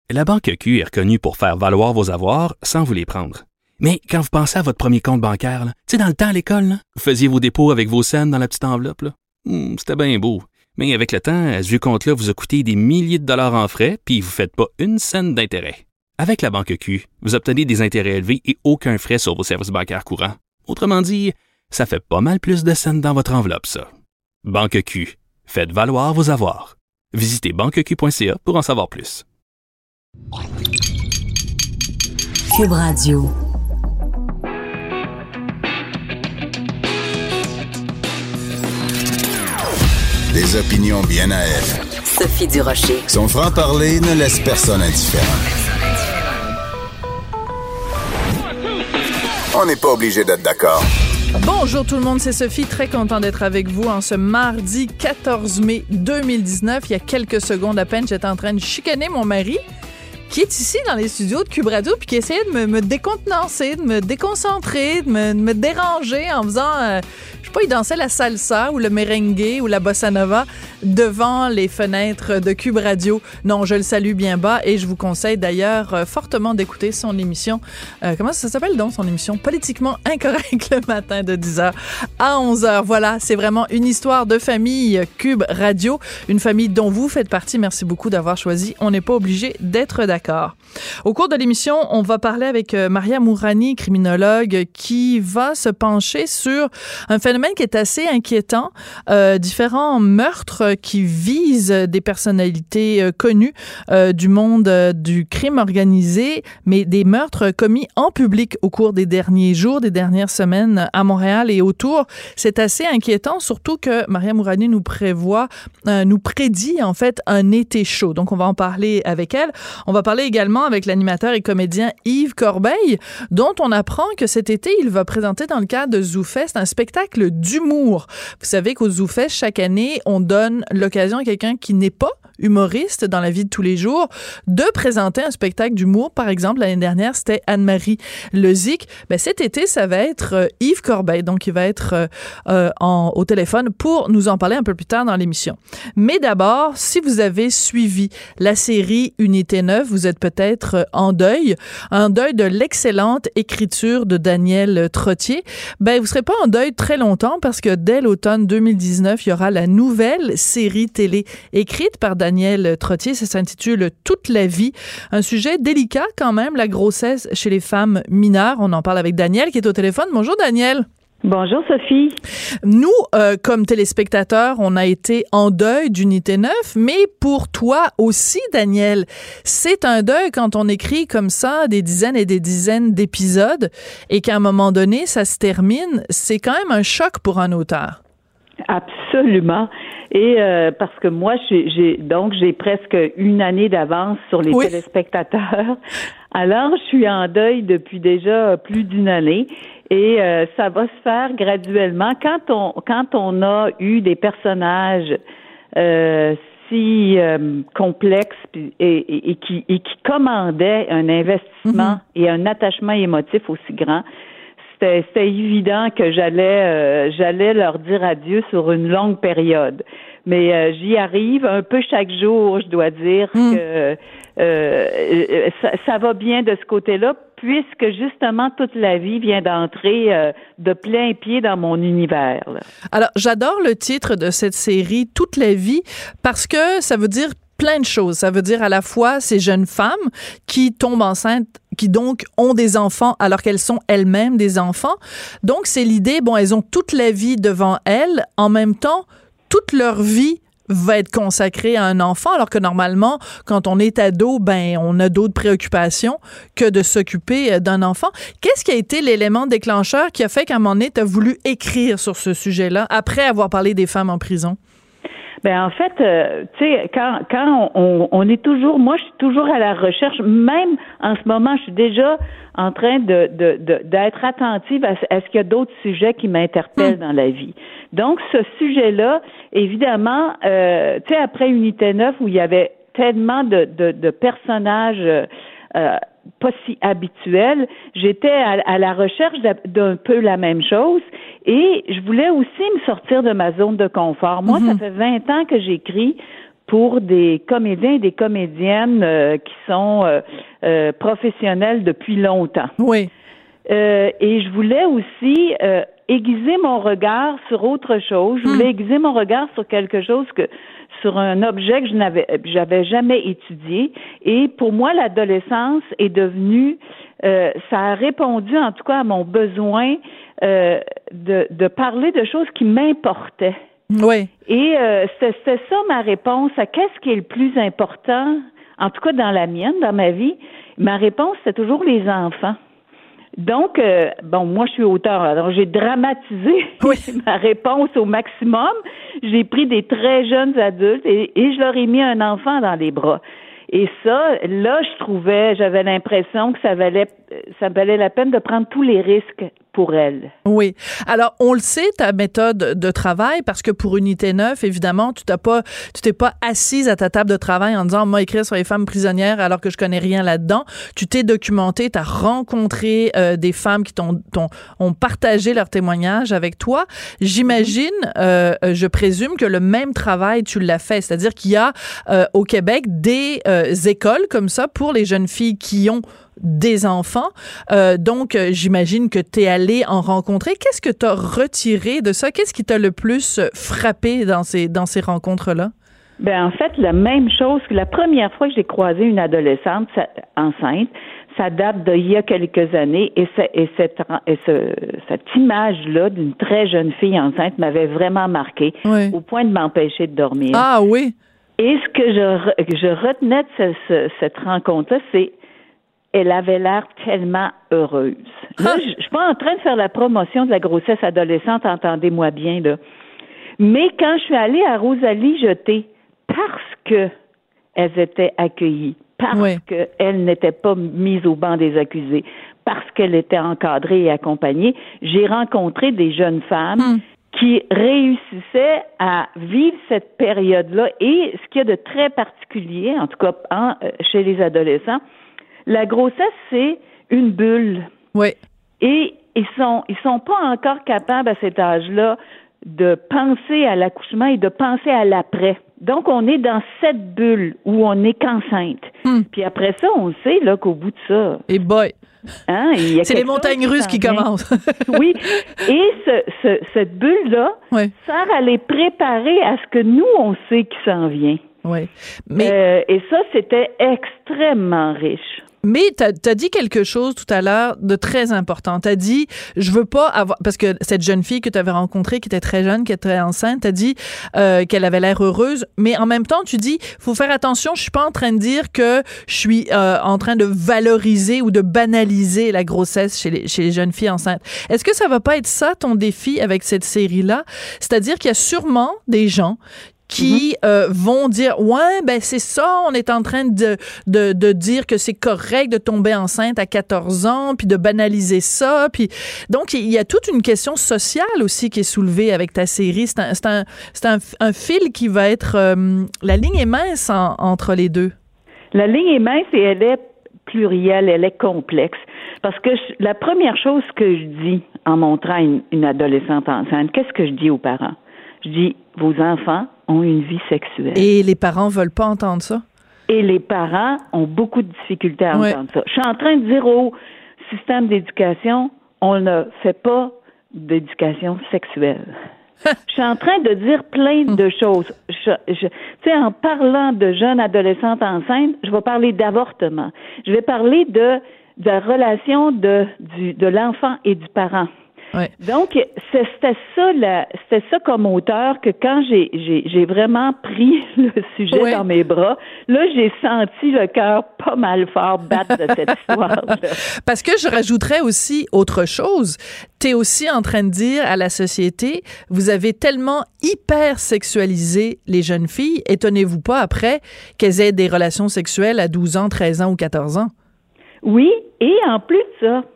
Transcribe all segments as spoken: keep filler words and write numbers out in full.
La Banque Q est reconnue pour faire valoir vos avoirs sans vous les prendre. Mais quand vous pensez à votre premier compte bancaire, tu sais, dans le temps à l'école, là, vous faisiez vos dépôts avec vos scènes dans la petite enveloppe. Là. Hum, c'était bien beau. Mais avec le temps, ce vieux compte-là vous a coûté des milliers de dollars en frais, puis vous ne faites pas une scène d'intérêt. Avec la Banque Q, vous obtenez des intérêts élevés et aucun frais sur vos services bancaires courants. Autrement dit, ça fait pas mal plus de scènes dans votre enveloppe, ça. Banque Q. Faites valoir vos avoirs. Visitez banque q point c a pour en savoir plus. Cube Radio. Des opinions bien à elle. Sophie Durocher. Son franc-parler ne laisse personne indifférent. On n'est pas obligé d'être d'accord. Bonjour tout le monde, c'est Sophie, très content d'être avec vous en ce mardi quatorze mai deux mille dix-neuf. Il y a quelques secondes à peine, j'étais en train de chicaner mon mari qui est ici dans les studios de Cube Radio puis qui essayait de me, me décontenancer, de me déconcentrer, de me, de me déranger en faisant... Euh, je sais pas, il dansait la salsa ou le merengue ou la bossa nova devant les fenêtres de Cube Radio. Non, je le salue bien bas et je vous conseille d'ailleurs euh, fortement d'écouter son émission. Euh, comment ça s'appelle donc son émission? Politiquement incorrect le matin de dix heures à onze heures. Voilà, c'est vraiment une histoire de famille Cube Radio. Une famille dont vous faites partie. Merci beaucoup d'avoir choisi. On n'est pas obligé d'être d'accord. Au cours de l'émission, on va parler avec euh, Maria Mourani, criminologue, qui va se pencher sur un phénomène qui est assez inquiétant, euh, différents meurtres qui visent des personnalités euh, connues euh, du monde euh, du crime organisé, mais des meurtres commis en public au cours des derniers jours, des dernières semaines à Montréal et autour. C'est assez inquiétant, surtout que Maria Mourani nous prévoit, euh, nous prédit en fait un été chaud. Donc on va en parler avec elle. On va parler également avec l'animateur et comédien Yves Corbeil, dont on apprend que cet été, il va présenter dans le cadre de ZooFest un spectacle d'humour. Vous savez qu'au ZooFest, chaque année, on donne l'occasion à quelqu'un qui n'est pas humoriste dans la vie de tous les jours de présenter un spectacle d'humour. Par exemple, l'année dernière, c'était Anne-Marie Lezic. Ben, cet été, ça va être euh, Yves Corbeil, donc il va être euh, euh, en, au téléphone pour nous en parler un peu plus tard dans l'émission. Mais d'abord, si vous avez suivi la série Unité neuf, vous êtes peut-être en deuil, en deuil de l'excellente écriture de Daniel Trottier. Ben, vous serez pas en deuil très longtemps parce que dès l'automne deux mille dix-neuf, il y aura la nouvelle série télé écrite par Daniel Trottier. Ça s'intitule « Toute la vie ». Un sujet délicat quand même, la grossesse chez les femmes mineures. On en parle avec Daniel qui est au téléphone. Bonjour Daniel. Bonjour Sophie. Nous, euh, comme téléspectateurs, on a été en deuil d'Unité neuf, mais pour toi aussi, Daniel, c'est un deuil quand on écrit comme ça des dizaines et des dizaines d'épisodes et qu'à un moment donné, ça se termine. C'est quand même un choc pour un auteur. Absolument. Et euh, parce que moi, j'ai, j'ai donc j'ai presque une année d'avance sur les oui. téléspectateurs. Alors, je suis en deuil depuis déjà plus d'une année. Et euh, ça va se faire graduellement. Quand on quand on a eu des personnages euh, si euh, complexes et, et, et qui et qui commandaient un investissement mm-hmm. et un attachement émotif aussi grand, c'était, c'était évident que j'allais euh, j'allais leur dire adieu sur une longue période. Mais euh, j'y arrive un peu chaque jour, je dois dire mm. que euh, ça, ça va bien de ce côté-là, puisque justement toute la vie vient d'entrer euh, de plein pied dans mon univers. Là. Alors, j'adore le titre de cette série, Toute la vie, parce que ça veut dire plein de choses. Ça veut dire à la fois ces jeunes femmes qui tombent enceintes, qui donc ont des enfants alors qu'elles sont elles-mêmes des enfants. Donc, c'est l'idée, bon, elles ont toute la vie devant elles, en même temps, toute leur vie va être consacrée à un enfant, alors que normalement, quand on est ado, ben, on a d'autres préoccupations que de s'occuper d'un enfant. Qu'est-ce qui a été l'élément déclencheur qui a fait qu'à un moment donné, tu as voulu écrire sur ce sujet-là après avoir parlé des femmes en prison? Ben en fait, euh, tu sais, quand quand on, on est toujours, moi je suis toujours à la recherche, même en ce moment, je suis déjà en train de, de, de d'être attentive à, à ce qu'il y a d'autres sujets qui m'interpellent mmh. dans la vie. Donc ce sujet-là, évidemment, euh, tu sais, après Unité neuf où il y avait tellement de de, de personnages euh, pas si habituels, j'étais à, à la recherche d'un peu la même chose. Et je voulais aussi me sortir de ma zone de confort. Moi, mm-hmm. ça fait vingt ans que j'écris pour des comédiens et des comédiennes euh, qui sont euh, euh, professionnels depuis longtemps. Oui. Euh, et je voulais aussi euh, aiguiser mon regard sur autre chose. Je voulais mm. aiguiser mon regard sur quelque chose que sur un objet que je n'avais j'avais jamais étudié. Et pour moi, l'adolescence est devenue euh, ça a répondu en tout cas à mon besoin euh, de, de parler de choses qui m'importaient. Oui. Et euh, c'était, c'était ça ma réponse à qu'est-ce qui est le plus important, en tout cas dans la mienne, dans ma vie. Ma réponse, c'était toujours les enfants. Donc, euh, bon, moi, je suis auteur, alors j'ai dramatisé oui. ma réponse au maximum. J'ai pris des très jeunes adultes et, et je leur ai mis un enfant dans les bras. Et ça, là, je trouvais, j'avais l'impression que ça valait, ça valait la peine de prendre tous les risques pour elle. Oui. Alors, on le sait, ta méthode de travail, parce que pour Unité neuf, évidemment, tu t'as pas, tu t'es pas assise à ta table de travail en disant, moi, écrire sur les femmes prisonnières alors que je connais rien là-dedans. Tu t'es documenté, tu as rencontré euh, des femmes qui t'ont, t'ont, ont partagé leurs témoignages avec toi. J'imagine, euh, je présume que le même travail, tu l'as fait. C'est-à-dire qu'il y a euh, au Québec des euh, écoles comme ça pour les jeunes filles qui ont des enfants. Euh, donc, euh, j'imagine que tu es allé en rencontrer. Qu'est-ce que tu as retiré de ça? Qu'est-ce qui t'a le plus frappé dans ces, dans ces rencontres-là? Ben en fait, la même chose que la première fois que j'ai croisé une adolescente ça, enceinte, ça date d'il y a quelques années et, c'est, et, cette, et ce, cette image-là d'une très jeune fille enceinte m'avait vraiment marqué oui. au point de m'empêcher de dormir. Ah oui? Et ce que je, je retenais de ce, ce, cette rencontre-là, c'est elle avait l'air tellement heureuse. Là, je, je suis pas en train de faire la promotion de la grossesse adolescente, entendez-moi bien, là. Mais quand je suis allée à Rosalie Jeté, parce que elles étaient accueillies, parce oui. qu'elles n'étaient pas mises au banc des accusés, parce qu'elles étaient encadrées et accompagnées, j'ai rencontré des jeunes femmes mm. qui réussissaient à vivre cette période-là. Et ce qu'il y a de très particulier, en tout cas en, chez les adolescents, la grossesse, c'est une bulle. Oui. Et ils sont, ils sont pas encore capables à cet âge-là de penser à l'accouchement et de penser à l'après. Donc, on est dans cette bulle où on n'est qu'enceinte. Hmm. Puis après ça, on sait là qu'au bout de ça... Et boy! Hein, il y a c'est les montagnes russes qui commencent. Oui. Et ce, ce, cette bulle-là oui. sert à les préparer à ce que nous, on sait qui s'en vient. Oui. Mais... Euh, et ça, c'était extrêmement riche. Mais t'as, t'as dit quelque chose tout à l'heure de très important. T'as dit, je veux pas avoir... Parce que cette jeune fille que tu avais rencontrée, qui était très jeune, qui était enceinte, t'as dit euh, qu'elle avait l'air heureuse. Mais en même temps, tu dis, faut faire attention, je suis pas en train de dire que je suis euh, en train de valoriser ou de banaliser la grossesse chez les, chez les jeunes filles enceintes. Est-ce que ça va pas être ça, ton défi avec cette série-là? C'est-à-dire qu'il y a sûrement des gens qui mm-hmm. euh, vont dire ouais ben c'est ça, on est en train de de de dire que c'est correct de tomber enceinte à quatorze ans puis de banaliser ça, puis donc il y a toute une question sociale aussi qui est soulevée avec ta série. C'est un c'est un c'est un, un fil qui va être euh, la ligne est mince en, entre les deux. La ligne est mince et elle est plurielle, elle est complexe parce que je, la première chose que je dis en montrant une, une adolescente enceinte, qu'est-ce que je dis aux parents? Je dis vos enfants ont une vie sexuelle. Et les parents veulent pas entendre ça? Et les parents ont beaucoup de difficultés à ouais. entendre ça. Je suis en train de dire au système d'éducation, on ne fait pas d'éducation sexuelle. Je suis en train de dire plein de choses. Je, je, tu sais, en parlant de jeunes adolescentes enceintes, je vais parler d'avortement. Je vais parler de, de la relation de, du, de l'enfant et du parent. Ouais. Donc, c'était ça, la, c'était ça comme auteur que quand j'ai, j'ai, j'ai vraiment pris le sujet ouais. dans mes bras, là, j'ai senti le cœur pas mal fort battre de cette histoire-là. Parce que je rajouterais aussi autre chose. T'es aussi en train de dire à la société, vous avez tellement hyper sexualisé les jeunes filles, étonnez-vous pas après qu'elles aient des relations sexuelles à douze ans, treize ans ou quatorze ans. Oui, et en plus de ça,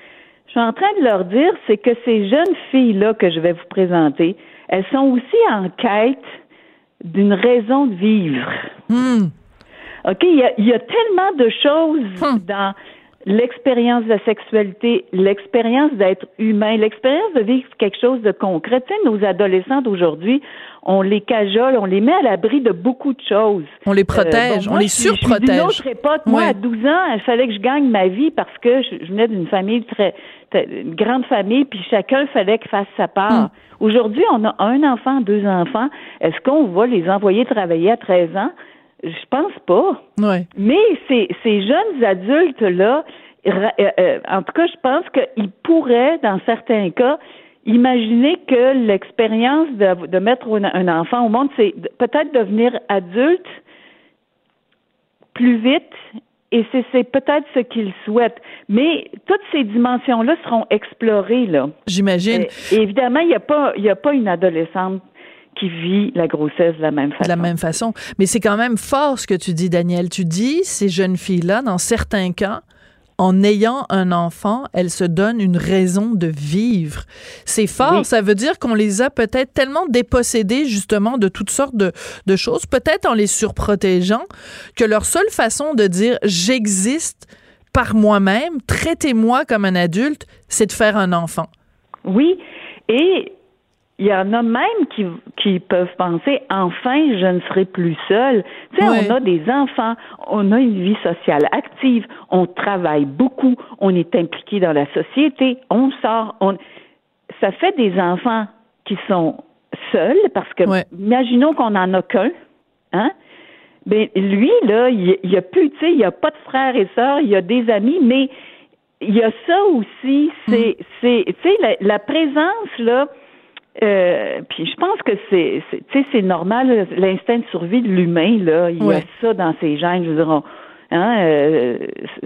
je suis en train de leur dire, c'est que ces jeunes filles-là que je vais vous présenter, elles sont aussi en quête d'une raison de vivre. Mm. OK? Il y a, il y a tellement de choses mm. dans l'expérience de la sexualité, l'expérience d'être humain, l'expérience de vivre quelque chose de concret. Tu sais, nos adolescents d'aujourd'hui, on les cajole, on les met à l'abri de beaucoup de choses. On les protège, euh, bon, on moi, les surprotège. Je suis d'une autre époque. Moi, ouais. à douze ans, il fallait que je gagne ma vie parce que je, je venais d'une famille très, très, une grande famille, puis chacun fallait qu'il fasse sa part. Hum. Aujourd'hui, on a un enfant, deux enfants. Est-ce qu'on va les envoyer travailler à treize ans? Je pense pas. Ouais. Mais ces, ces jeunes adultes-là, euh, euh, en tout cas, je pense qu'ils pourraient, dans certains cas, imaginer que l'expérience de, de mettre un, un enfant au monde, c'est peut-être devenir adulte plus vite, et c'est, c'est peut-être ce qu'ils souhaitent. Mais toutes ces dimensions-là seront explorées, là. J'imagine. Et, et évidemment, il n'y a pas, il n'y a pas une adolescente qui vit la grossesse de la même façon. De la même façon. Mais c'est quand même fort ce que tu dis, Danielle. Tu dis, ces jeunes filles-là, dans certains cas, en ayant un enfant, elles se donnent une raison de vivre. C'est fort. Oui. Ça veut dire qu'on les a peut-être tellement dépossédées, justement, de toutes sortes de, de choses, peut-être en les surprotégeant, que leur seule façon de dire « j'existe par moi-même, traitez-moi comme un adulte », c'est de faire un enfant. Oui. Et il y en a même qui, qui peuvent penser « enfin, je ne serai plus seule ». Tu sais, ouais. On a des enfants, on a une vie sociale active, on travaille beaucoup, on est impliqué dans la société, on sort, on... ça fait des enfants qui sont seuls, parce que, ouais. Imaginons qu'on n'en a qu'un, hein? Ben, lui, là, il y a plus, tu sais, il n'y a pas de frères et sœurs, il y a des amis, mais il y a ça aussi, c'est, mm. c'est tu sais, la, la présence, là, Euh, puis je pense que c'est, c'est tu sais, c'est normal, l'instinct de survie de l'humain, là, il ouais. y a ça dans ses gènes, je veux dire, on, hein, euh,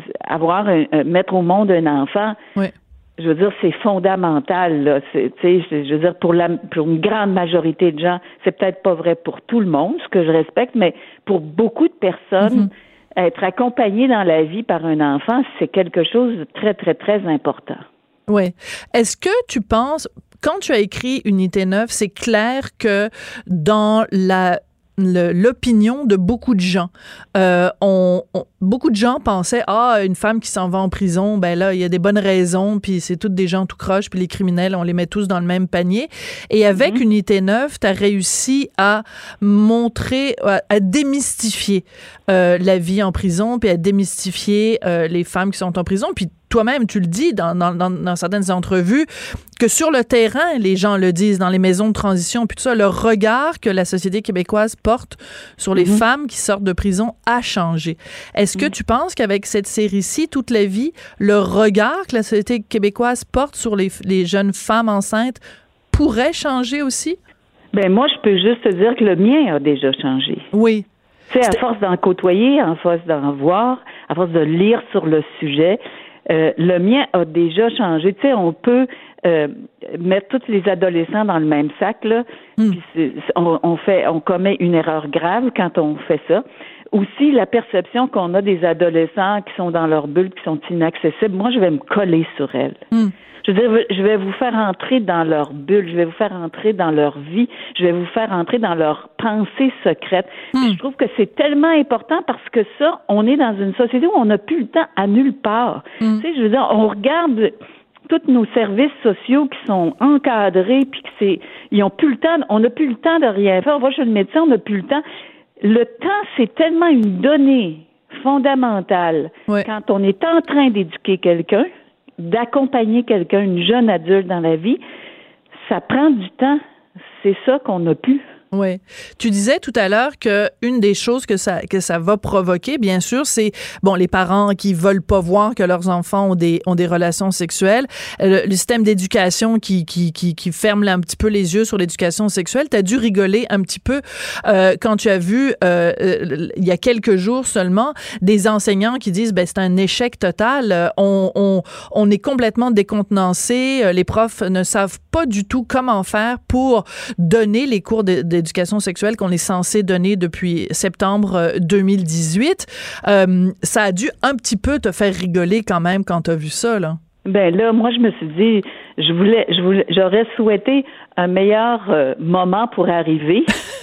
avoir un, euh, mettre au monde un enfant, ouais. je veux dire, c'est fondamental, là, c'est, tu sais, je veux dire, pour la, pour une grande majorité de gens, c'est peut-être pas vrai pour tout le monde, ce que je respecte, mais pour beaucoup de personnes, mm-hmm. être accompagné dans la vie par un enfant, c'est quelque chose de très, très, très important. Oui. Est-ce que tu penses, quand tu as écrit Unité neuf, c'est clair que dans la Le, l'opinion de beaucoup de gens. Euh, on, on, beaucoup de gens pensaient, ah, une femme qui s'en va en prison, ben là, il y a des bonnes raisons, puis c'est toutes des gens tout croche, puis les criminels, on les met tous dans le même panier. Et avec mm-hmm. Unité neuf, tu as réussi à montrer, à, à démystifier euh, la vie en prison, puis à démystifier euh, les femmes qui sont en prison, puis toi-même, tu le dis dans, dans, dans, dans certaines entrevues, que sur le terrain, les gens le disent, dans les maisons de transition, puis tout ça, le regard que la société québécoise porte sur les mm-hmm. femmes qui sortent de prison a changé. Est-ce mm-hmm. que tu penses qu'avec cette série-ci, toute la vie, le regard que la société québécoise porte sur les, les jeunes femmes enceintes pourrait changer aussi? Ben moi, je peux juste te dire que le mien a déjà changé. Oui. Tu sais, à force d'en côtoyer, à force d'en voir, à force de lire sur le sujet, Euh, le mien a déjà changé. Tu sais, on peut euh, mettre tous les adolescents dans le même sac, là. Mm. Puis c'est, on, on fait, on commet une erreur grave quand on fait ça. Aussi, la perception qu'on a des adolescents qui sont dans leur bulle, qui sont inaccessibles. Moi, je vais me coller sur elles. Mm. Je veux dire, je vais vous faire entrer dans leur bulle, je vais vous faire entrer dans leur vie, je vais vous faire entrer dans leurs pensées secrètes. Mm. Je trouve que c'est tellement important parce que ça, on est dans une société où on n'a plus le temps à nulle part. Mm. Tu sais, je veux dire, on regarde tous nos services sociaux qui sont encadrés, puis que c'est, ils ont plus le temps, on n'a plus le temps de rien faire. On va chez le médecin, on n'a plus le temps. Le temps, c'est tellement une donnée fondamentale. Ouais. Quand on est en train d'éduquer quelqu'un, d'accompagner quelqu'un, une jeune adulte dans la vie, ça prend du temps. C'est ça qu'on n'a plus. Oui. Tu disais tout à l'heure que une des choses que ça que ça va provoquer, bien sûr, c'est bon les parents qui veulent pas voir que leurs enfants ont des ont des relations sexuelles, le, le système d'éducation qui qui qui qui ferme là, un petit peu les yeux sur l'éducation sexuelle. T'as dû rigoler un petit peu euh, quand tu as vu euh, euh, il y a quelques jours seulement des enseignants qui disent ben c'est un échec total, euh, on on on est complètement décontenancé, euh, les profs ne savent pas du tout comment faire pour donner les cours de, de d'éducation sexuelle qu'on est censé donner depuis septembre deux mille dix-huit. Euh, ça a dû un petit peu te faire rigoler quand même quand tu as vu ça, là. Ben là, moi, je me suis dit, je voulais, je voulais, j'aurais souhaité un meilleur euh, moment pour arriver,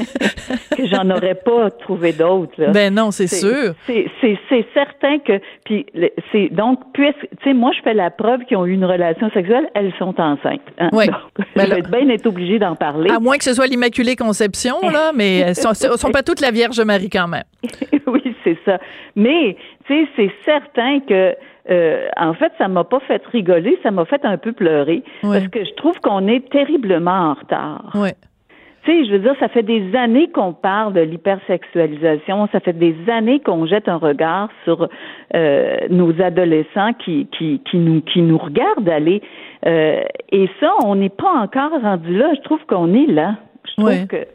que j'en aurais pas trouvé d'autres. Là. Ben non, c'est, c'est sûr. C'est, c'est, c'est certain que, puis c'est donc, puisque, tu sais, moi, je fais la preuve qu'ils ont eu une relation sexuelle, elles sont enceintes. Hein? Oui. Donc, ben je vais bien être obligée d'en parler. À moins que ce soit l'Immaculée Conception, là, mais elles sont, sont pas toutes la Vierge Marie quand même. Oui, c'est ça. Mais, tu sais, c'est certain que Euh, en fait, ça m'a pas fait rigoler, ça m'a fait un peu pleurer, oui. Parce que je trouve qu'on est terriblement en retard. Oui. Tu sais, je veux dire, ça fait des années qu'on parle de l'hypersexualisation, ça fait des années qu'on jette un regard sur euh, nos adolescents qui qui qui nous qui nous regardent aller, euh, et ça, on n'est pas encore rendu là. Je trouve qu'on est là. Je trouve oui. que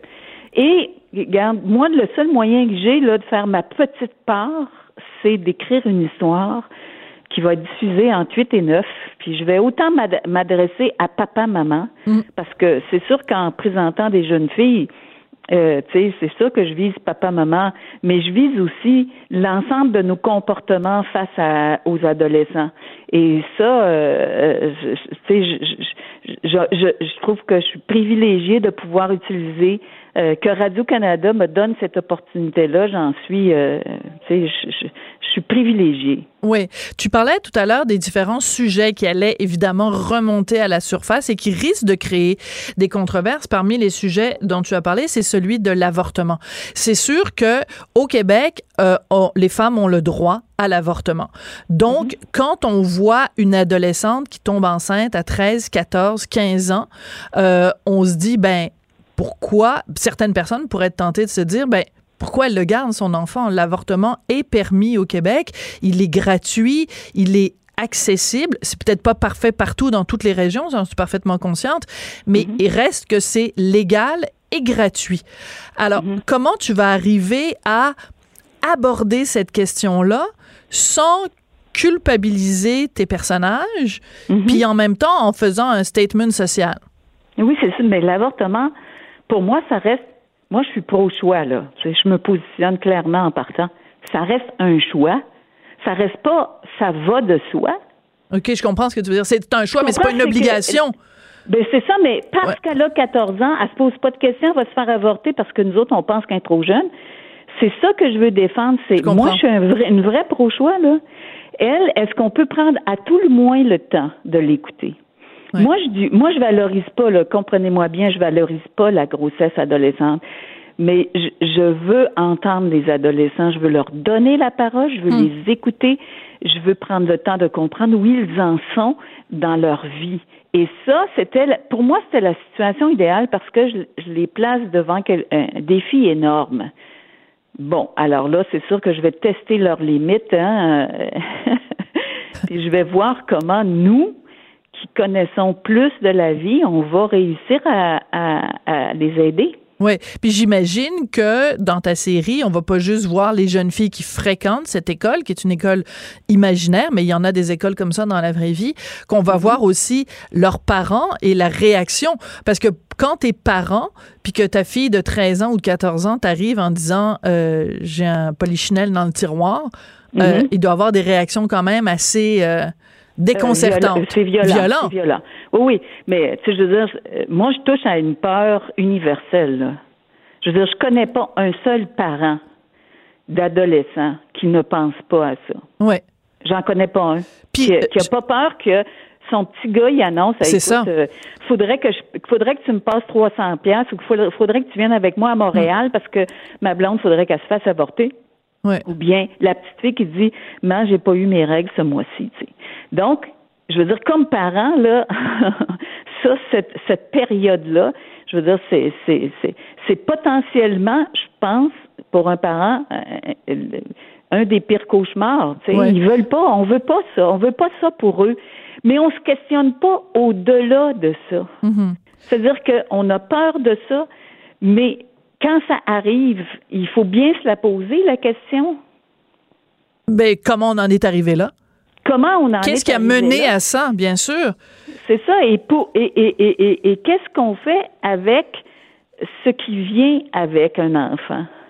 et regarde, moi, le seul moyen que j'ai là de faire ma petite part, c'est d'écrire une histoire qui va être diffusée entre huit et neuf, puis je vais autant m'ad- m'adresser à papa-maman, mm. parce que c'est sûr qu'en présentant des jeunes filles, euh, tu sais, c'est sûr que je vise papa-maman, mais je vise aussi l'ensemble de nos comportements face à, aux adolescents. Et ça, euh, tu sais, je, je, je, je, je trouve que je suis privilégiée de pouvoir utiliser Euh, que Radio-Canada me donne cette opportunité-là, j'en suis, euh, tu sais, je, je, je suis privilégiée. Oui. Tu parlais tout à l'heure des différents sujets qui allaient évidemment remonter à la surface et qui risquent de créer des controverses. Parmi les sujets dont tu as parlé, c'est celui de l'avortement. C'est sûr que au Québec, euh, on, les femmes ont le droit à l'avortement. Donc, mm-hmm. quand on voit une adolescente qui tombe enceinte à treize, quatorze, quinze ans, euh, on se dit, ben, pourquoi certaines personnes pourraient être tentées de se dire, ben, pourquoi elle le garde, son enfant? L'avortement est permis au Québec, il est gratuit, il est accessible. C'est peut-être pas parfait partout dans toutes les régions, j'en suis parfaitement consciente, mais mm-hmm. il reste que c'est légal et gratuit. Alors, mm-hmm. comment tu vas arriver à aborder cette question-là sans culpabiliser tes personnages, mm-hmm. puis en même temps en faisant un statement social? Oui, c'est ça, mais l'avortement, pour moi, ça reste, moi, je suis pro-choix, là. Je me positionne clairement en partant. Ça reste un choix. Ça reste pas, ça va de soi. OK, je comprends ce que tu veux dire. C'est un choix, mais c'est pas une obligation. Que, ben, c'est ça, mais parce ouais. qu'elle a quatorze ans, elle se pose pas de questions, elle va se faire avorter parce que nous autres, on pense qu'elle est trop jeune. C'est ça que je veux défendre. C'est, je moi, je suis un vrai, une vraie pro-choix, là. Elle, est-ce qu'on peut prendre à tout le moins le temps de l'écouter? Oui. Moi, je dis, moi, je valorise pas, là, comprenez-moi bien, je valorise pas la grossesse adolescente, mais je, je veux entendre les adolescents, je veux leur donner la parole, je veux hum. les écouter, je veux prendre le temps de comprendre où ils en sont dans leur vie. Et ça, c'était, pour moi, c'était la situation idéale parce que je, je les place devant quel, un défi énorme. Bon, alors là, c'est sûr que je vais tester leurs limites, hein, puis je vais voir comment nous, qui connaissons plus de la vie, on va réussir à, à, à les aider. Oui, puis j'imagine que dans ta série, on va pas juste voir les jeunes filles qui fréquentent cette école, qui est une école imaginaire, mais il y en a des écoles comme ça dans la vraie vie, qu'on va mm-hmm. voir aussi leurs parents et la réaction. Parce que quand t'es parent, puis que ta fille de treize ans ou de quatorze ans t'arrive en disant euh, « j'ai un polichinelle dans le tiroir mm-hmm. euh, », il doit avoir des réactions quand même assez... Euh, déconcertante. Euh, c'est violent. violent. C'est violent. Oui, oui. Mais, tu sais, je veux dire, moi, je touche à une peur universelle, là. Je veux dire, je connais pas un seul parent d'adolescent qui ne pense pas à ça. Oui. J'en connais pas un. Puis, qui, qui a pas peur que son petit gars, il annonce, c'est écoute, ça. Euh, faudrait que je, faudrait que tu me passes trois cents piastres ou qu'il faudrait, faudrait que tu viennes avec moi à Montréal mm. parce que ma blonde, faudrait qu'elle se fasse avorter. Ouais. Ou bien la petite fille qui dit « Maman, j'ai pas eu mes règles ce mois-ci. » Tu sais. Donc, je veux dire, comme parent, là, ça, cette, cette période-là, je veux dire, c'est, c'est, c'est, c'est potentiellement, je pense, pour un parent, un, un des pires cauchemars. Tu sais. Ouais. Ils veulent pas, on veut pas ça, on veut pas ça pour eux. Mais on se questionne pas au-delà de ça. Mm-hmm. C'est-à-dire qu'on a peur de ça, mais quand ça arrive, il faut bien se la poser, la question. Ben, comment on en est arrivé là? Comment on en Qu'est-ce est qui a mené là? à ça, bien sûr? C'est ça. Et, pour, et, et, et, et, et qu'est-ce qu'on fait avec ce qui vient avec un enfant?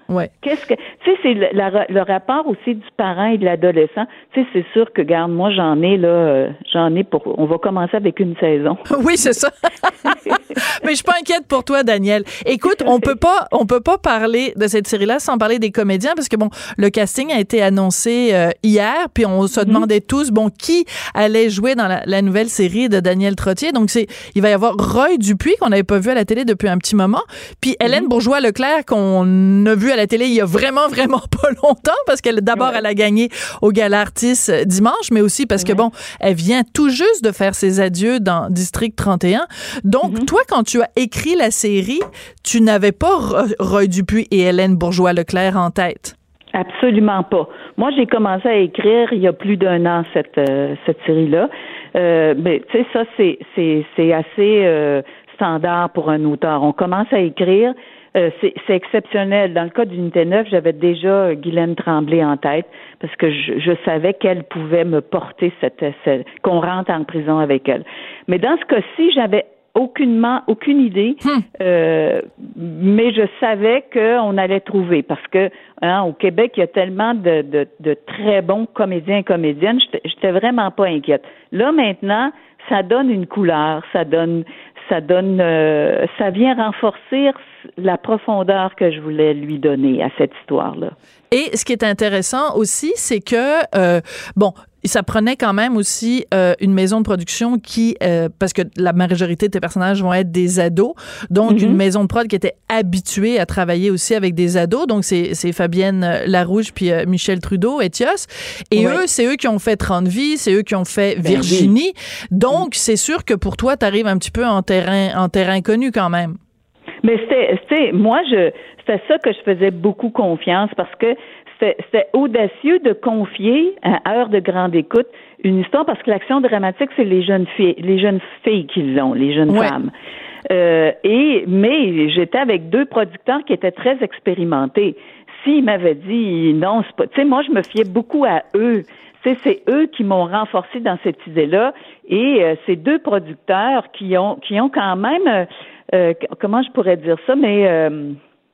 Ouais. Qu'est-ce que, tu sais, c'est le, la, le rapport aussi du parent et de l'adolescent. Tu sais, c'est sûr que, regarde, moi, j'en ai, là, euh, j'en ai pour, on va commencer avec une saison. Oui, c'est ça. Mais je suis pas inquiète pour toi, Daniel. Écoute, on peut pas, on peut pas parler de cette série-là sans parler des comédiens, parce que bon, le casting a été annoncé euh, hier, puis on se demandait mm-hmm. tous, bon, qui allait jouer dans la, la nouvelle série de Daniel Trottier. Donc, c'est, il va y avoir Roy Dupuis, qu'on n'avait pas vu à la télé depuis un petit moment, puis mm-hmm. Hélène Bourgeois-Leclerc, qu'on a vu à la télé il y a vraiment, vraiment pas longtemps, parce qu'elle, d'abord, ouais. elle a gagné au Gala Artis dimanche, mais aussi parce ouais. que, bon, elle vient tout juste de faire ses adieux dans District trente et un. Donc, mm-hmm. toi, quand tu as écrit la série, tu n'avais pas Roy Dupuis et Hélène Bourgeois-Leclerc en tête. Absolument pas. Moi, j'ai commencé à écrire il y a plus d'un an cette euh, cette série-là. Euh, mais tu sais, ça c'est c'est c'est assez euh, standard pour un auteur. On commence à écrire, euh, c'est c'est exceptionnel. Dans le cas d'Unité neuf, j'avais déjà Guylaine Tremblay en tête parce que je, je savais qu'elle pouvait me porter cette, cette qu'on rentre en prison avec elle. Mais dans ce cas-ci, j'avais aucunement aucune idée, hmm. euh, mais je savais qu'on allait trouver parce que hein, au Québec, il y a tellement de, de, de très bons comédiens et comédiennes, j'étais, j'étais vraiment pas inquiète. Là maintenant, ça donne une couleur, ça donne, ça donne, euh, ça vient renforcer la profondeur que je voulais lui donner à cette histoire-là. Et ce qui est intéressant aussi, c'est que euh, bon. Ça prenait quand même aussi euh, une maison de production qui, euh, parce que la majorité de tes personnages vont être des ados, donc mm-hmm. une maison de prod qui était habituée à travailler aussi avec des ados, donc c'est, c'est Fabienne Larouche puis euh, Michel Trudeau, Étios, et ouais. eux, c'est eux qui ont fait trente vies, c'est eux qui ont fait ben Virginie, oui. donc mm. c'est sûr que pour toi, t'arrives un petit peu en terrain, en terrain connu quand même. Mais c'était, c'était, moi, je, c'était ça que je faisais beaucoup confiance parce que C'était, c'était audacieux de confier à Heure de grande écoute une histoire parce que l'action dramatique, c'est les jeunes filles, les jeunes filles qui l'ont, les jeunes ouais. femmes. Euh, et mais j'étais avec deux producteurs qui étaient très expérimentés. S'ils m'avaient dit non, c'est pas, tu sais, moi je me fiais beaucoup à eux. Tu sais, c'est eux qui m'ont renforcé dans cette idée-là. Et euh, ces deux producteurs qui ont qui ont quand même, euh, euh, comment je pourrais dire ça, mais euh,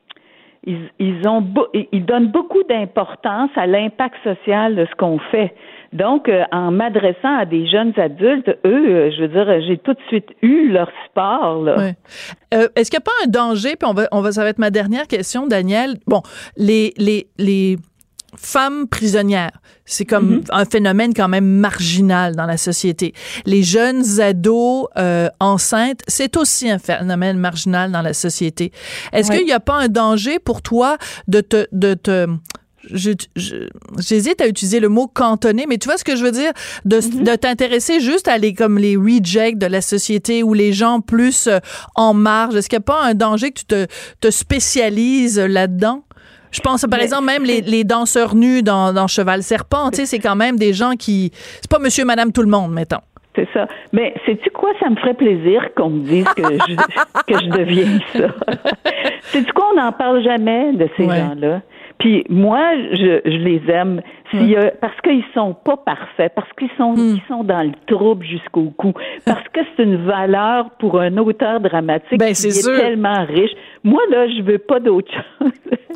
Ils, ils ont, ils donnent beaucoup d'importance à l'impact social de ce qu'on fait. Donc, euh, en m'adressant à des jeunes adultes, eux, euh, je veux dire, j'ai tout de suite eu leur support, là. Ouais. Euh, est-ce qu'il n'y a pas un danger, puis on va, on va, ça va être ma dernière question, Daniel. Bon, les, les, les femmes prisonnières, c'est comme mm-hmm. un phénomène quand même marginal dans la société. Les jeunes ados euh, enceintes, c'est aussi un phénomène marginal dans la société. Est-ce ouais. qu'il n'y a pas un danger pour toi de te... De te Je, je, j'hésite à utiliser le mot cantonner, mais tu vois ce que je veux dire? De, mm-hmm. de t'intéresser juste à les, comme les rejects de la société ou les gens plus euh, en marge. Est-ce qu'il n'y a pas un danger que tu te, te spécialises là-dedans? Je pense, par mais, exemple, même les, les danseurs nus dans, dans Cheval Serpent, tu sais, c'est quand même des gens qui... C'est pas monsieur, madame, tout le monde, mettons. C'est ça. Mais sais-tu quoi? Ça me ferait plaisir qu'on me dise que je, que je devienne ça. Sais-tu quoi? On n'en parle jamais de ces ouais. gens-là. Puis moi, je, je les aime s'il y a, parce qu'ils sont pas parfaits, parce qu'ils sont mm. ils sont dans le trouble jusqu'au cou, parce que c'est une valeur pour un auteur dramatique ben, qui est, est tellement riche. Moi, là, je veux pas d'autre chose.